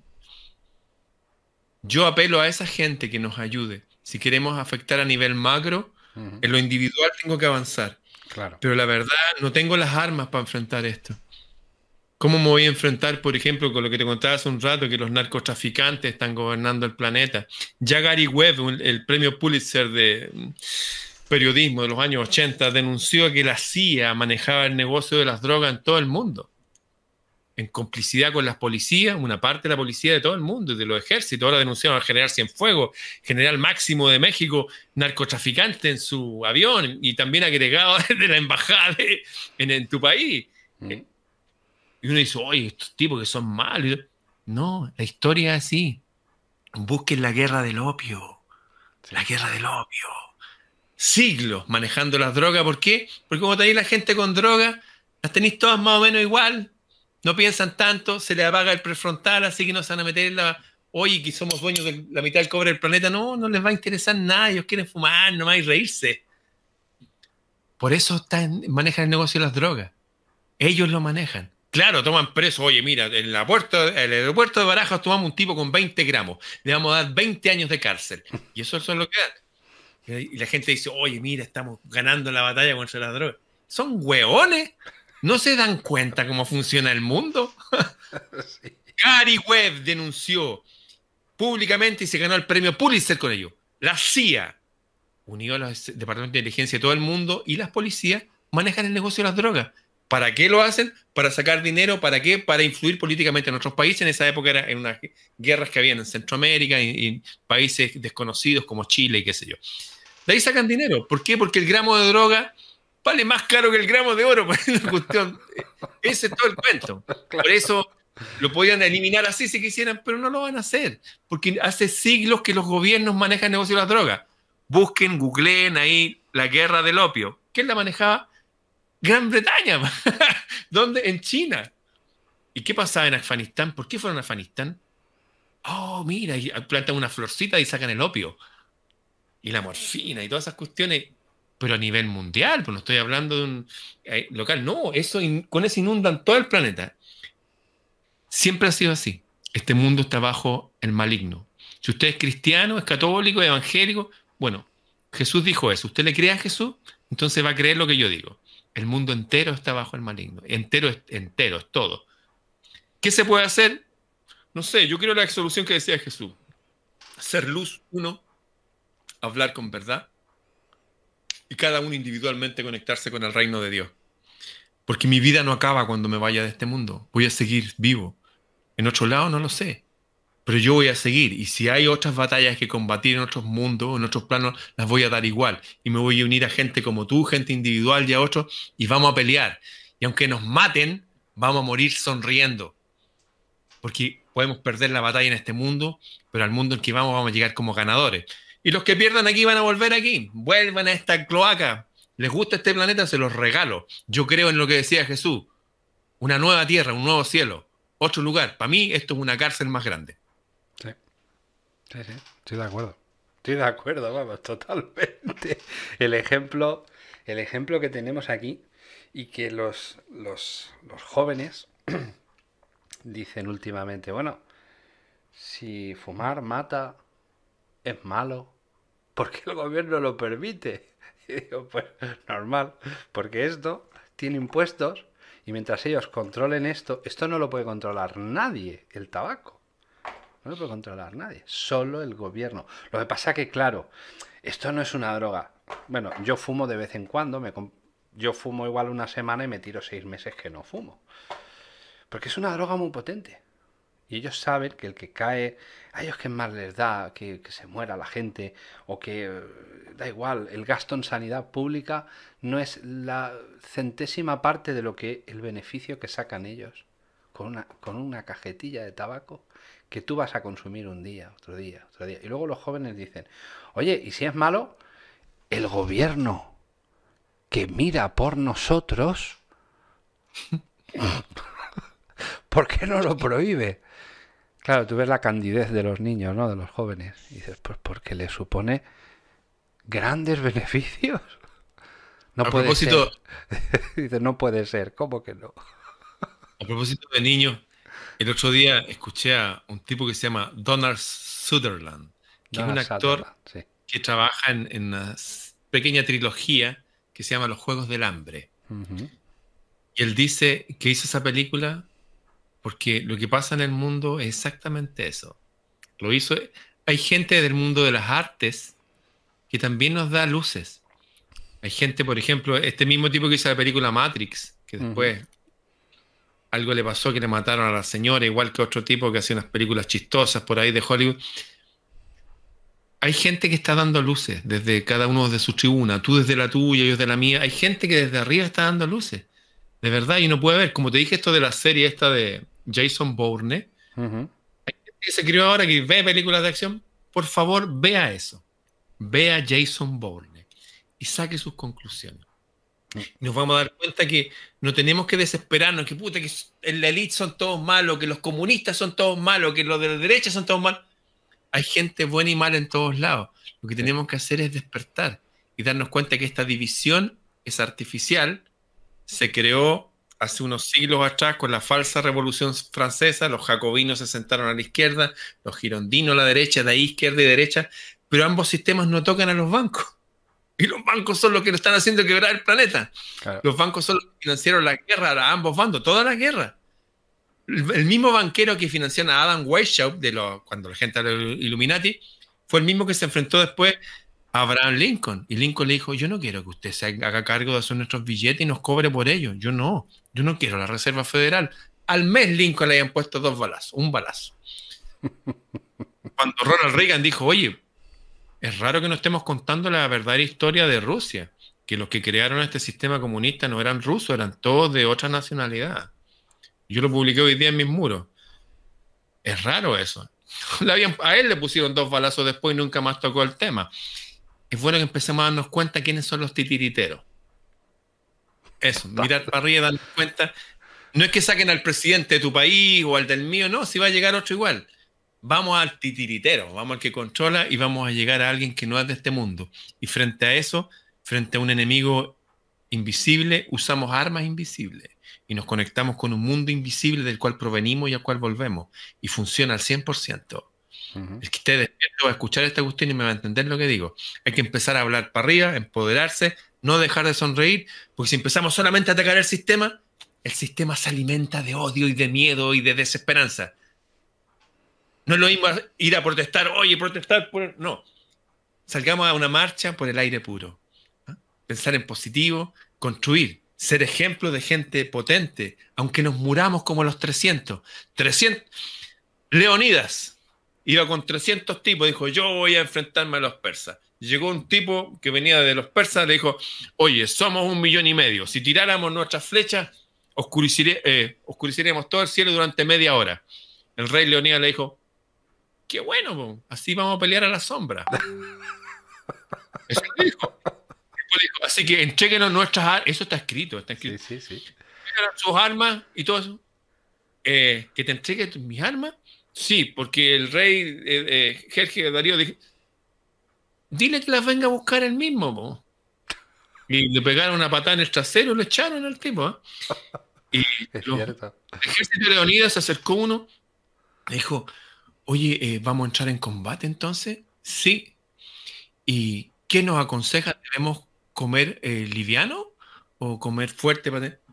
Yo apelo a esa gente que nos ayude. Si queremos afectar a nivel macro, ujú, en lo individual tengo que avanzar. claro. Pero la verdad, no tengo las armas para enfrentar esto. ¿Cómo me voy a enfrentar, por ejemplo, con lo que te contaba hace un rato, que los narcotraficantes están gobernando el planeta? Ya Gary Webb, un- el premio Pulitzer de mm, periodismo de los años ochenta, denunció que la C I A manejaba el negocio de las drogas en todo el mundo, en complicidad con las policías, una parte de la policía de todo el mundo y de los ejércitos. Ahora denunciaron al general Cienfuegos, general máximo de México, narcotraficante en su avión y también agregado de la embajada de- en, en tu país. Mm, Y uno dice, oye, estos tipos que son malos. Y yo, no, la historia es así. Busquen la guerra del opio. sí, La guerra del opio. Siglos manejando las drogas. ¿Por qué? Porque como tenéis la gente con drogas, las tenéis todas más o menos igual. No piensan tanto, se les apaga el prefrontal, así que no se van a meter en la. Oye, que somos dueños de la mitad del cobre del planeta. No, no les va a interesar nada. Ellos quieren fumar nomás y reírse. Por eso están, manejan el negocio de las drogas. Ellos lo manejan. Claro, toman preso. Oye, mira, en la puerta, el aeropuerto de Barajas tomamos un tipo con veinte gramos. Le vamos a dar veinte años de cárcel. Y eso, eso es lo que dan. Y la gente dice, oye, mira, estamos ganando la batalla contra la droga. Son hueones. ¿No se dan cuenta cómo funciona el mundo? sí, Gary Webb denunció públicamente y se ganó el premio Pulitzer con ello. La C I A unió a los departamentos de inteligencia de todo el mundo y las policías manejan el negocio de las drogas. ¿Para qué lo hacen? Para sacar dinero. ¿Para qué? Para influir políticamente en otros países. En esa época era en unas guerras que habían en Centroamérica y, y países desconocidos como Chile y qué sé yo. De ahí sacan dinero. ¿Por qué? Porque el gramo de droga vale más caro que el gramo de oro. Pues, una cuestión. Ese es todo el cuento. Por claro. eso lo podían eliminar así si quisieran, pero no lo van a hacer. Porque hace siglos que los gobiernos manejan el negocio de las drogas. Busquen, googleen ahí la guerra del opio. ¿Quién la manejaba? Gran Bretaña. ¿Dónde? En China. ¿Y qué pasaba en Afganistán? ¿Por qué fueron a Afganistán? Oh, mira, y plantan una florcita y sacan el opio. Y la morfina y todas esas cuestiones. Pero a nivel mundial, pues no estoy hablando de un eh, local. No, eso in- con eso inundan todo el planeta. Siempre ha sido así. Este mundo está bajo el maligno. Si usted es cristiano, es católico, es evangélico, bueno, Jesús dijo eso. ¿Usted le cree a Jesús? Entonces va a creer lo que yo digo. El mundo entero está bajo el maligno. Entero es entero, es todo. ¿Qué se puede hacer? No sé, yo creo la solución que decía Jesús. Hacer luz uno, hablar con verdad y cada uno individualmente conectarse con el reino de Dios. Porque mi vida no acaba cuando me vaya de este mundo. Voy a seguir vivo. En otro lado no lo sé. Pero yo voy a seguir. Y si hay otras batallas que combatir en otros mundos, en otros planos, las voy a dar igual. Y me voy a unir a gente como tú, gente individual y a otros, y vamos a pelear. Y aunque nos maten, vamos a morir sonriendo. Porque podemos perder la batalla en este mundo, pero al mundo en que vamos, vamos a llegar como ganadores. Y los que pierdan aquí van a volver aquí. Vuelvan a esta cloaca. ¿Les gusta este planeta? Se los regalo. Yo creo en lo que decía Jesús. Una nueva tierra, un nuevo cielo, otro lugar. Para mí esto es una cárcel más grande. Sí, sí, sí, estoy de acuerdo. Estoy de acuerdo, vamos, totalmente. El ejemplo, el ejemplo que tenemos aquí y que los, los, los jóvenes dicen últimamente, bueno, si fumar mata es malo, ¿por qué el gobierno lo permite? Y digo, pues normal, porque esto tiene impuestos Y mientras ellos controlen esto, esto no lo puede controlar nadie, el tabaco. No lo puede controlar nadie, solo el gobierno. Lo que pasa que, claro, esto no es una droga. Bueno, yo fumo de vez en cuando, me yo fumo igual una semana y me tiro seis meses que no fumo. Porque es una droga muy potente. Y ellos saben que el que cae, a ellos que más les da, que, que se muera la gente, o que da igual, el gasto en sanidad pública no es la centésima parte de lo que el beneficio que sacan ellos con una, con una cajetilla de tabaco que tú vas a consumir un día, otro día, otro día. Y luego los jóvenes dicen, oye, ¿y si es malo? El gobierno que mira por nosotros, ¿por qué no lo prohíbe? Claro, tú ves la candidez de los niños, ¿no? De los jóvenes. Y dices, pues porque le supone grandes beneficios. No A puede propósito, ser. Dices, no puede ser. ¿Cómo que no? a propósito de niños, el otro día escuché a un tipo que se llama Donald Sutherland, que es un Donald actor Sutherland, sí. que trabaja en, en una s- pequeña trilogía que se llama Los Juegos del Hambre. Ujú, Y él dice que hizo esa película porque lo que pasa en el mundo es exactamente eso. Lo hizo. Hay gente del mundo de las artes que también nos da luces. Hay gente, por ejemplo, este mismo tipo que hizo la película Matrix, que ujú. después algo le pasó que le mataron a la señora, igual que otro tipo que hacía unas películas chistosas por ahí de Hollywood. Hay gente que está dando luces desde cada uno de su tribuna, tú desde la tuya, yo desde la mía. Hay gente que desde arriba está dando luces. De verdad, y uno puede ver, como te dije, esto de la serie esta de Jason Bourne, Ujú. que se crió ahora, que ve películas de acción, por favor, vea eso. Vea Jason Bourne y saque sus conclusiones. Y nos vamos a dar cuenta que no tenemos que desesperarnos, que puta, que en la élite son todos malos, que los comunistas son todos malos, que los de la derecha son todos malos. Hay gente buena y mala en todos lados. Lo que Sí. tenemos que hacer es despertar y darnos cuenta que esta división es artificial, se creó hace unos siglos atrás con la falsa revolución francesa, los jacobinos se sentaron a la izquierda, los girondinos a la derecha, de ahí izquierda y derecha, pero ambos sistemas no tocan a los bancos. Y los bancos son los que lo están haciendo quebrar el planeta. Claro. Los bancos son los que financiaron la guerra a ambos bandos, toda la guerra. El, el mismo banquero que financió a Adam Weishaupt, de lo, cuando la gente era Illuminati, fue el mismo que se enfrentó después a Abraham Lincoln. Y Lincoln le dijo, yo no quiero que usted se haga cargo de hacer nuestros billetes y nos cobre por ello. Yo no, yo no quiero la Reserva Federal. Al mes Lincoln le habían puesto dos balazos, un balazo. Cuando Ronald Reagan dijo, oye, es raro que no estemos contando la verdadera historia de Rusia, que los que crearon este sistema comunista no eran rusos, eran todos de otra nacionalidad. Yo lo publiqué hoy día en mis muros. Es raro eso. Le habían- a él le pusieron dos balazos después y nunca más tocó el tema. Es bueno que empecemos a darnos cuenta quiénes son los titiriteros. Eso, mirar para arriba y darnos cuenta. No es que saquen al presidente de tu país o al del mío, no, si va a llegar otro igual. Vamos al titiritero, vamos al que controla y vamos a llegar a alguien que no es de este mundo. Y frente a eso, frente a un enemigo invisible, usamos armas invisibles y nos conectamos con un mundo invisible del cual provenimos y al cual volvemos. Y funciona al cien por ciento. Ujú. El que esté despierto va a escuchar esta cuestión y me va a entender lo que digo. Hay que empezar a hablar para arriba, empoderarse, no dejar de sonreír, porque si empezamos solamente a atacar el sistema, el sistema se alimenta de odio y de miedo y de desesperanza. No es lo mismo ir a protestar, oye, protestar por... No, salgamos a una marcha por el aire puro. ¿Ah? Pensar en positivo, construir, ser ejemplo de gente potente, aunque nos muramos como los trescientos. trescientos... Leonidas iba con trescientos tipos, dijo, yo voy a enfrentarme a los persas. Llegó un tipo que venía de los persas, le dijo, oye, somos un millón y medio, si tiráramos nuestras flechas, oscureciré, eh, oscureceríamos todo el cielo durante media hora. El rey Leonidas le dijo, qué bueno, po, así vamos a pelear a la sombra. Eso le dijo. Le dijo, así que entréguenos nuestras armas, eso está escrito, está Sí, escrito. sí, sí. Entréguenos sus armas y todo eso. Eh, ¿que te entregue tu- mis armas? Sí, porque el rey eh, eh, Jerjes Darío dijo, dile que las venga a buscar él mismo, po. Y le pegaron una patada en el trasero y lo echaron al tipo, ¿eh? Y Es los, cierto. el ejército de Leonidas se acercó uno, le dijo, oye, eh, ¿vamos a entrar en combate entonces? Sí. ¿Y qué nos aconseja? ¿Debemos comer eh, liviano o comer fuerte? Para...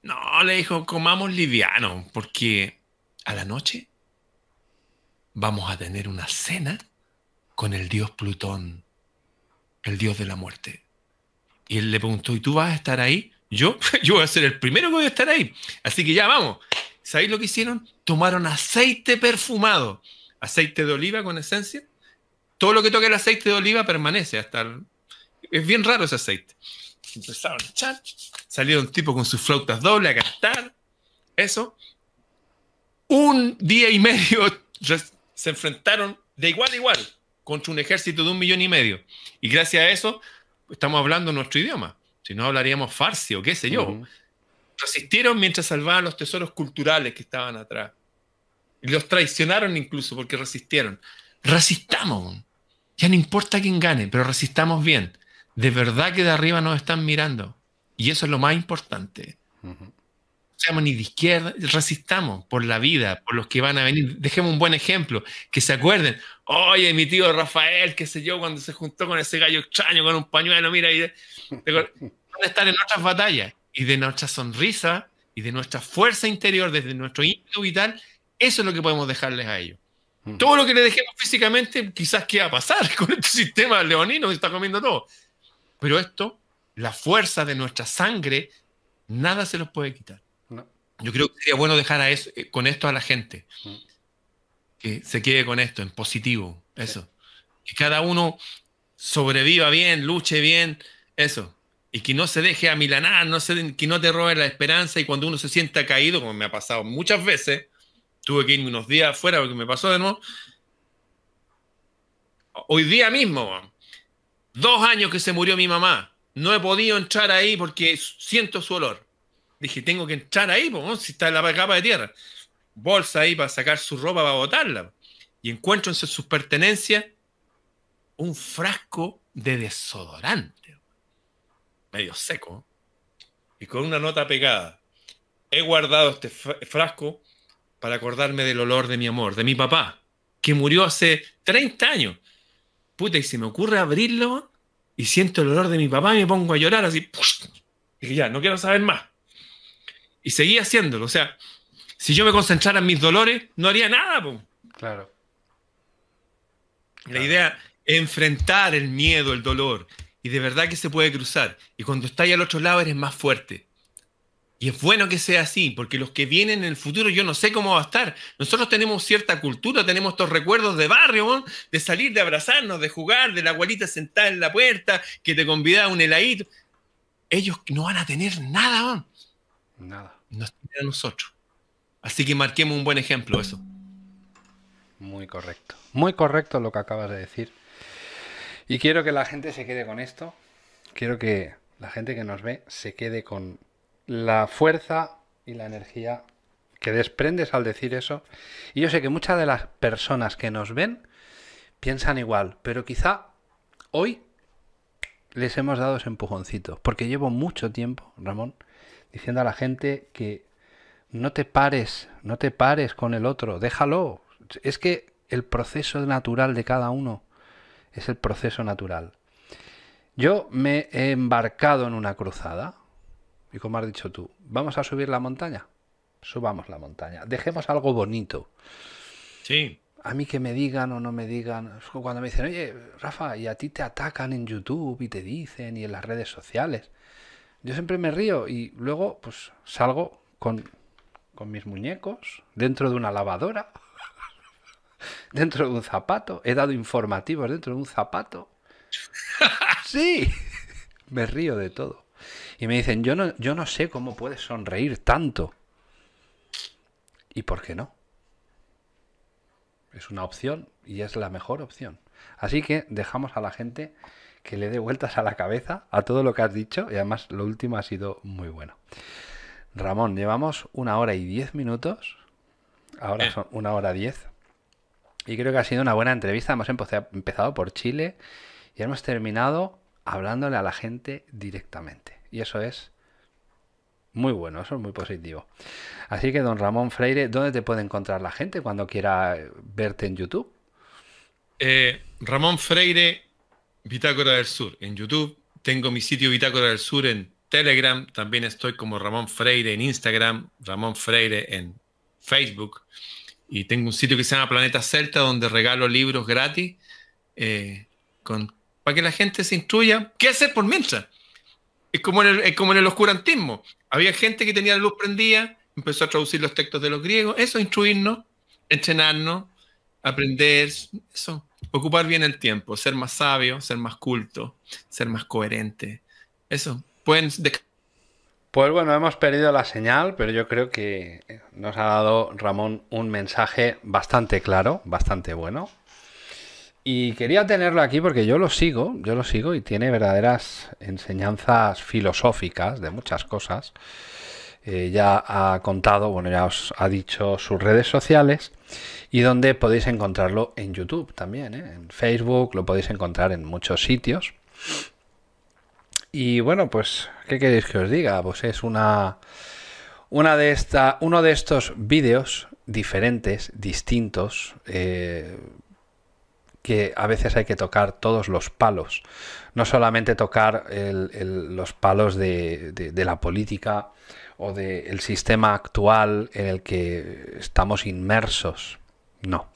No, le dijo, comamos liviano, porque a la noche vamos a tener una cena con el dios Plutón, el dios de la muerte. Y él le preguntó, ¿y tú vas a estar ahí? Yo, yo voy a ser el primero que voy a estar ahí. Así que ya vamos. ¿Sabéis lo que hicieron? Tomaron aceite perfumado, aceite de oliva con esencia. Todo lo que toque el aceite de oliva permanece hasta el... Es bien raro ese aceite. Empezaron a echar, salieron tipo con sus flautas dobles a cantar. Eso. Un día y medio se enfrentaron de igual a igual contra un ejército de un millón y medio. Y gracias a eso estamos hablando nuestro idioma. Si no, hablaríamos farsi o qué sé yo. Uh-huh. Resistieron mientras salvaban los tesoros culturales que estaban atrás. Y los traicionaron incluso porque resistieron. Resistamos. Ya no importa quién gane, pero resistamos bien. De verdad que de arriba nos están mirando. Y eso es lo más importante. Uh-huh. No seamos ni de izquierda, resistamos por la vida, por los que van a venir. Dejemos un buen ejemplo, que se acuerden. Oye, mi tío Rafael, qué sé yo, cuando se juntó con ese gallo extraño, con un pañuelo, mira, y de, de, van a estar en otras batallas. Y de nuestra sonrisa y de nuestra fuerza interior, desde nuestro ímpetu vital, eso es lo que podemos dejarles a ellos. Uh-huh. Todo lo que le dejemos físicamente, quizás qué va a pasar con este sistema leonino que está comiendo todo. Pero esto, la fuerza de nuestra sangre, nada se los puede quitar. No. Yo creo que sería bueno dejar a eso, con esto a la gente. Uh-huh. Que se quede con esto, en positivo. Eso. Sí. Que cada uno sobreviva bien, luche bien. Eso. Y que no se deje amilanar, no se, que no te robe la esperanza. Y cuando uno se sienta caído, como me ha pasado muchas veces, tuve que irme unos días afuera porque me pasó de nuevo. Hoy día mismo, dos años que se murió mi mamá. No he podido entrar ahí porque siento su olor. Dije, tengo que entrar ahí, ¿no? Si está en la capa de tierra. Bolsa ahí para sacar su ropa, para botarla. Y encuentro en sus pertenencias un frasco de desodorante. Medio seco. Y con una nota pegada. He guardado este frasco para acordarme del olor de mi amor, de mi papá, que murió hace treinta años. Puta, y se me ocurre abrirlo y siento el olor de mi papá y me pongo a llorar así. Dije, ya, no quiero saber más. Y seguí haciéndolo. O sea, si yo me concentrara en mis dolores, no haría nada, po. Claro. La claro. idea es enfrentar el miedo, el dolor. Y de verdad que se puede cruzar. Y cuando estás al otro lado eres más fuerte. Y es bueno que sea así, porque los que vienen en el futuro yo no sé cómo va a estar. Nosotros tenemos cierta cultura, tenemos estos recuerdos de barrio, ¿no? De salir, de abrazarnos, de jugar, de la abuelita sentada en la puerta, que te convidaba un heladito. Ellos no van a tener nada, ¿no? Nada. Nos tienen a nosotros. Así que marquemos un buen ejemplo, eso. Muy correcto. Muy correcto lo que acabas de decir. Y quiero que la gente se quede con esto. Quiero que la gente que nos ve se quede con la fuerza y la energía que desprendes al decir eso. Y yo sé que muchas de las personas que nos ven piensan igual, pero quizá hoy les hemos dado ese empujoncito. Porque llevo mucho tiempo, Ramón, diciendo a la gente que no te pares, no te pares con el otro, déjalo. Es que el proceso natural de cada uno es el proceso natural. Yo me he embarcado en una cruzada. Y como has dicho tú, ¿vamos a subir la montaña? Subamos la montaña. Dejemos algo bonito. Sí. A mí que me digan o no me digan. Cuando me dicen, oye, Rafa, y a ti te atacan en YouTube y te dicen y en las redes sociales. Yo siempre me río y luego pues salgo con, con mis muñecos dentro de una lavadora, dentro de un zapato. He dado informativos dentro de un zapato. Sí. Me río de todo. Y me dicen, yo no, yo no sé cómo puedes sonreír tanto. ¿Y por qué no? Es una opción y es la mejor opción. Así que dejamos a la gente que le dé vueltas a la cabeza a todo lo que has dicho. Y además lo último ha sido muy bueno. Ramón, llevamos una hora y diez minutos. Ahora son una hora diez. Y creo que ha sido una buena entrevista. Hemos empezado por Chile y hemos terminado hablándole a la gente directamente. Y eso es muy bueno, eso es muy positivo. Así que, don Ramón Freire, ¿dónde te puede encontrar la gente cuando quiera verte en YouTube? Eh, Ramón Freire, Bitácora del Sur, en YouTube. Tengo mi sitio Bitácora del Sur en Telegram, también estoy como Ramón Freire en Instagram, Ramón Freire en Facebook, y tengo un sitio que se llama Planeta Celta donde regalo libros gratis eh, con, para que la gente se instruya qué hacer por mientras. Es como en el, es como en el oscurantismo. Había gente que tenía la luz prendida, empezó a traducir los textos de los griegos, eso, instruirnos, entrenarnos, aprender, eso, ocupar bien el tiempo, ser más sabio, ser más culto, ser más coherente. Eso, pueden... Pues bueno, hemos perdido la señal, pero yo creo que nos ha dado Ramón un mensaje bastante claro, bastante bueno. Y quería tenerlo aquí porque yo lo sigo, yo lo sigo y tiene verdaderas enseñanzas filosóficas de muchas cosas. Eh, ya ha contado, bueno, ya os ha dicho sus redes sociales y donde podéis encontrarlo en YouTube también, ¿eh? En Facebook, lo podéis encontrar en muchos sitios. Y bueno, pues, ¿qué queréis que os diga? Pues es una, una de esta, uno de estos vídeos diferentes, distintos, eh, que a veces hay que tocar todos los palos. No solamente tocar el, el, los palos de, de, de la política o del sistema actual en el que estamos inmersos. No.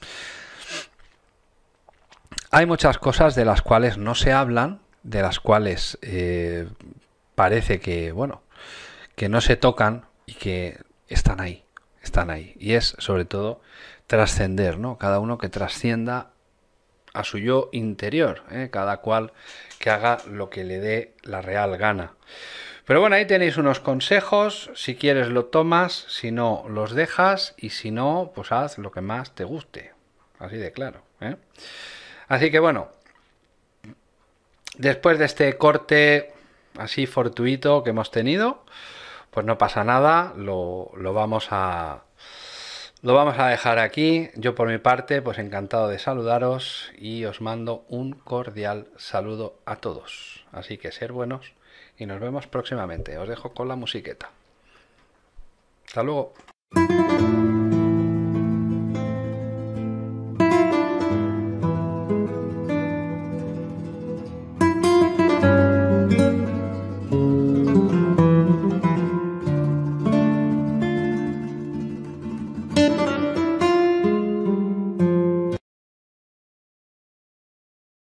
Hay muchas cosas de las cuales no se hablan, de las cuales eh, parece que, bueno, que no se tocan y que están ahí, están ahí. Y es sobre todo trascender, ¿no? Cada uno que trascienda a su yo interior, ¿eh? Cada cual que haga lo que le dé la real gana. Pero bueno, ahí tenéis unos consejos, si quieres lo tomas, si no los dejas y si no, pues haz lo que más te guste, así de claro, ¿eh? Así que bueno, después de este corte así fortuito que hemos tenido, pues no pasa nada, lo, lo vamos a... Lo vamos a dejar aquí. Yo por mi parte, pues encantado de saludaros y os mando un cordial saludo a todos. Así que ser buenos y nos vemos próximamente. Os dejo con la musiqueta. Hasta luego.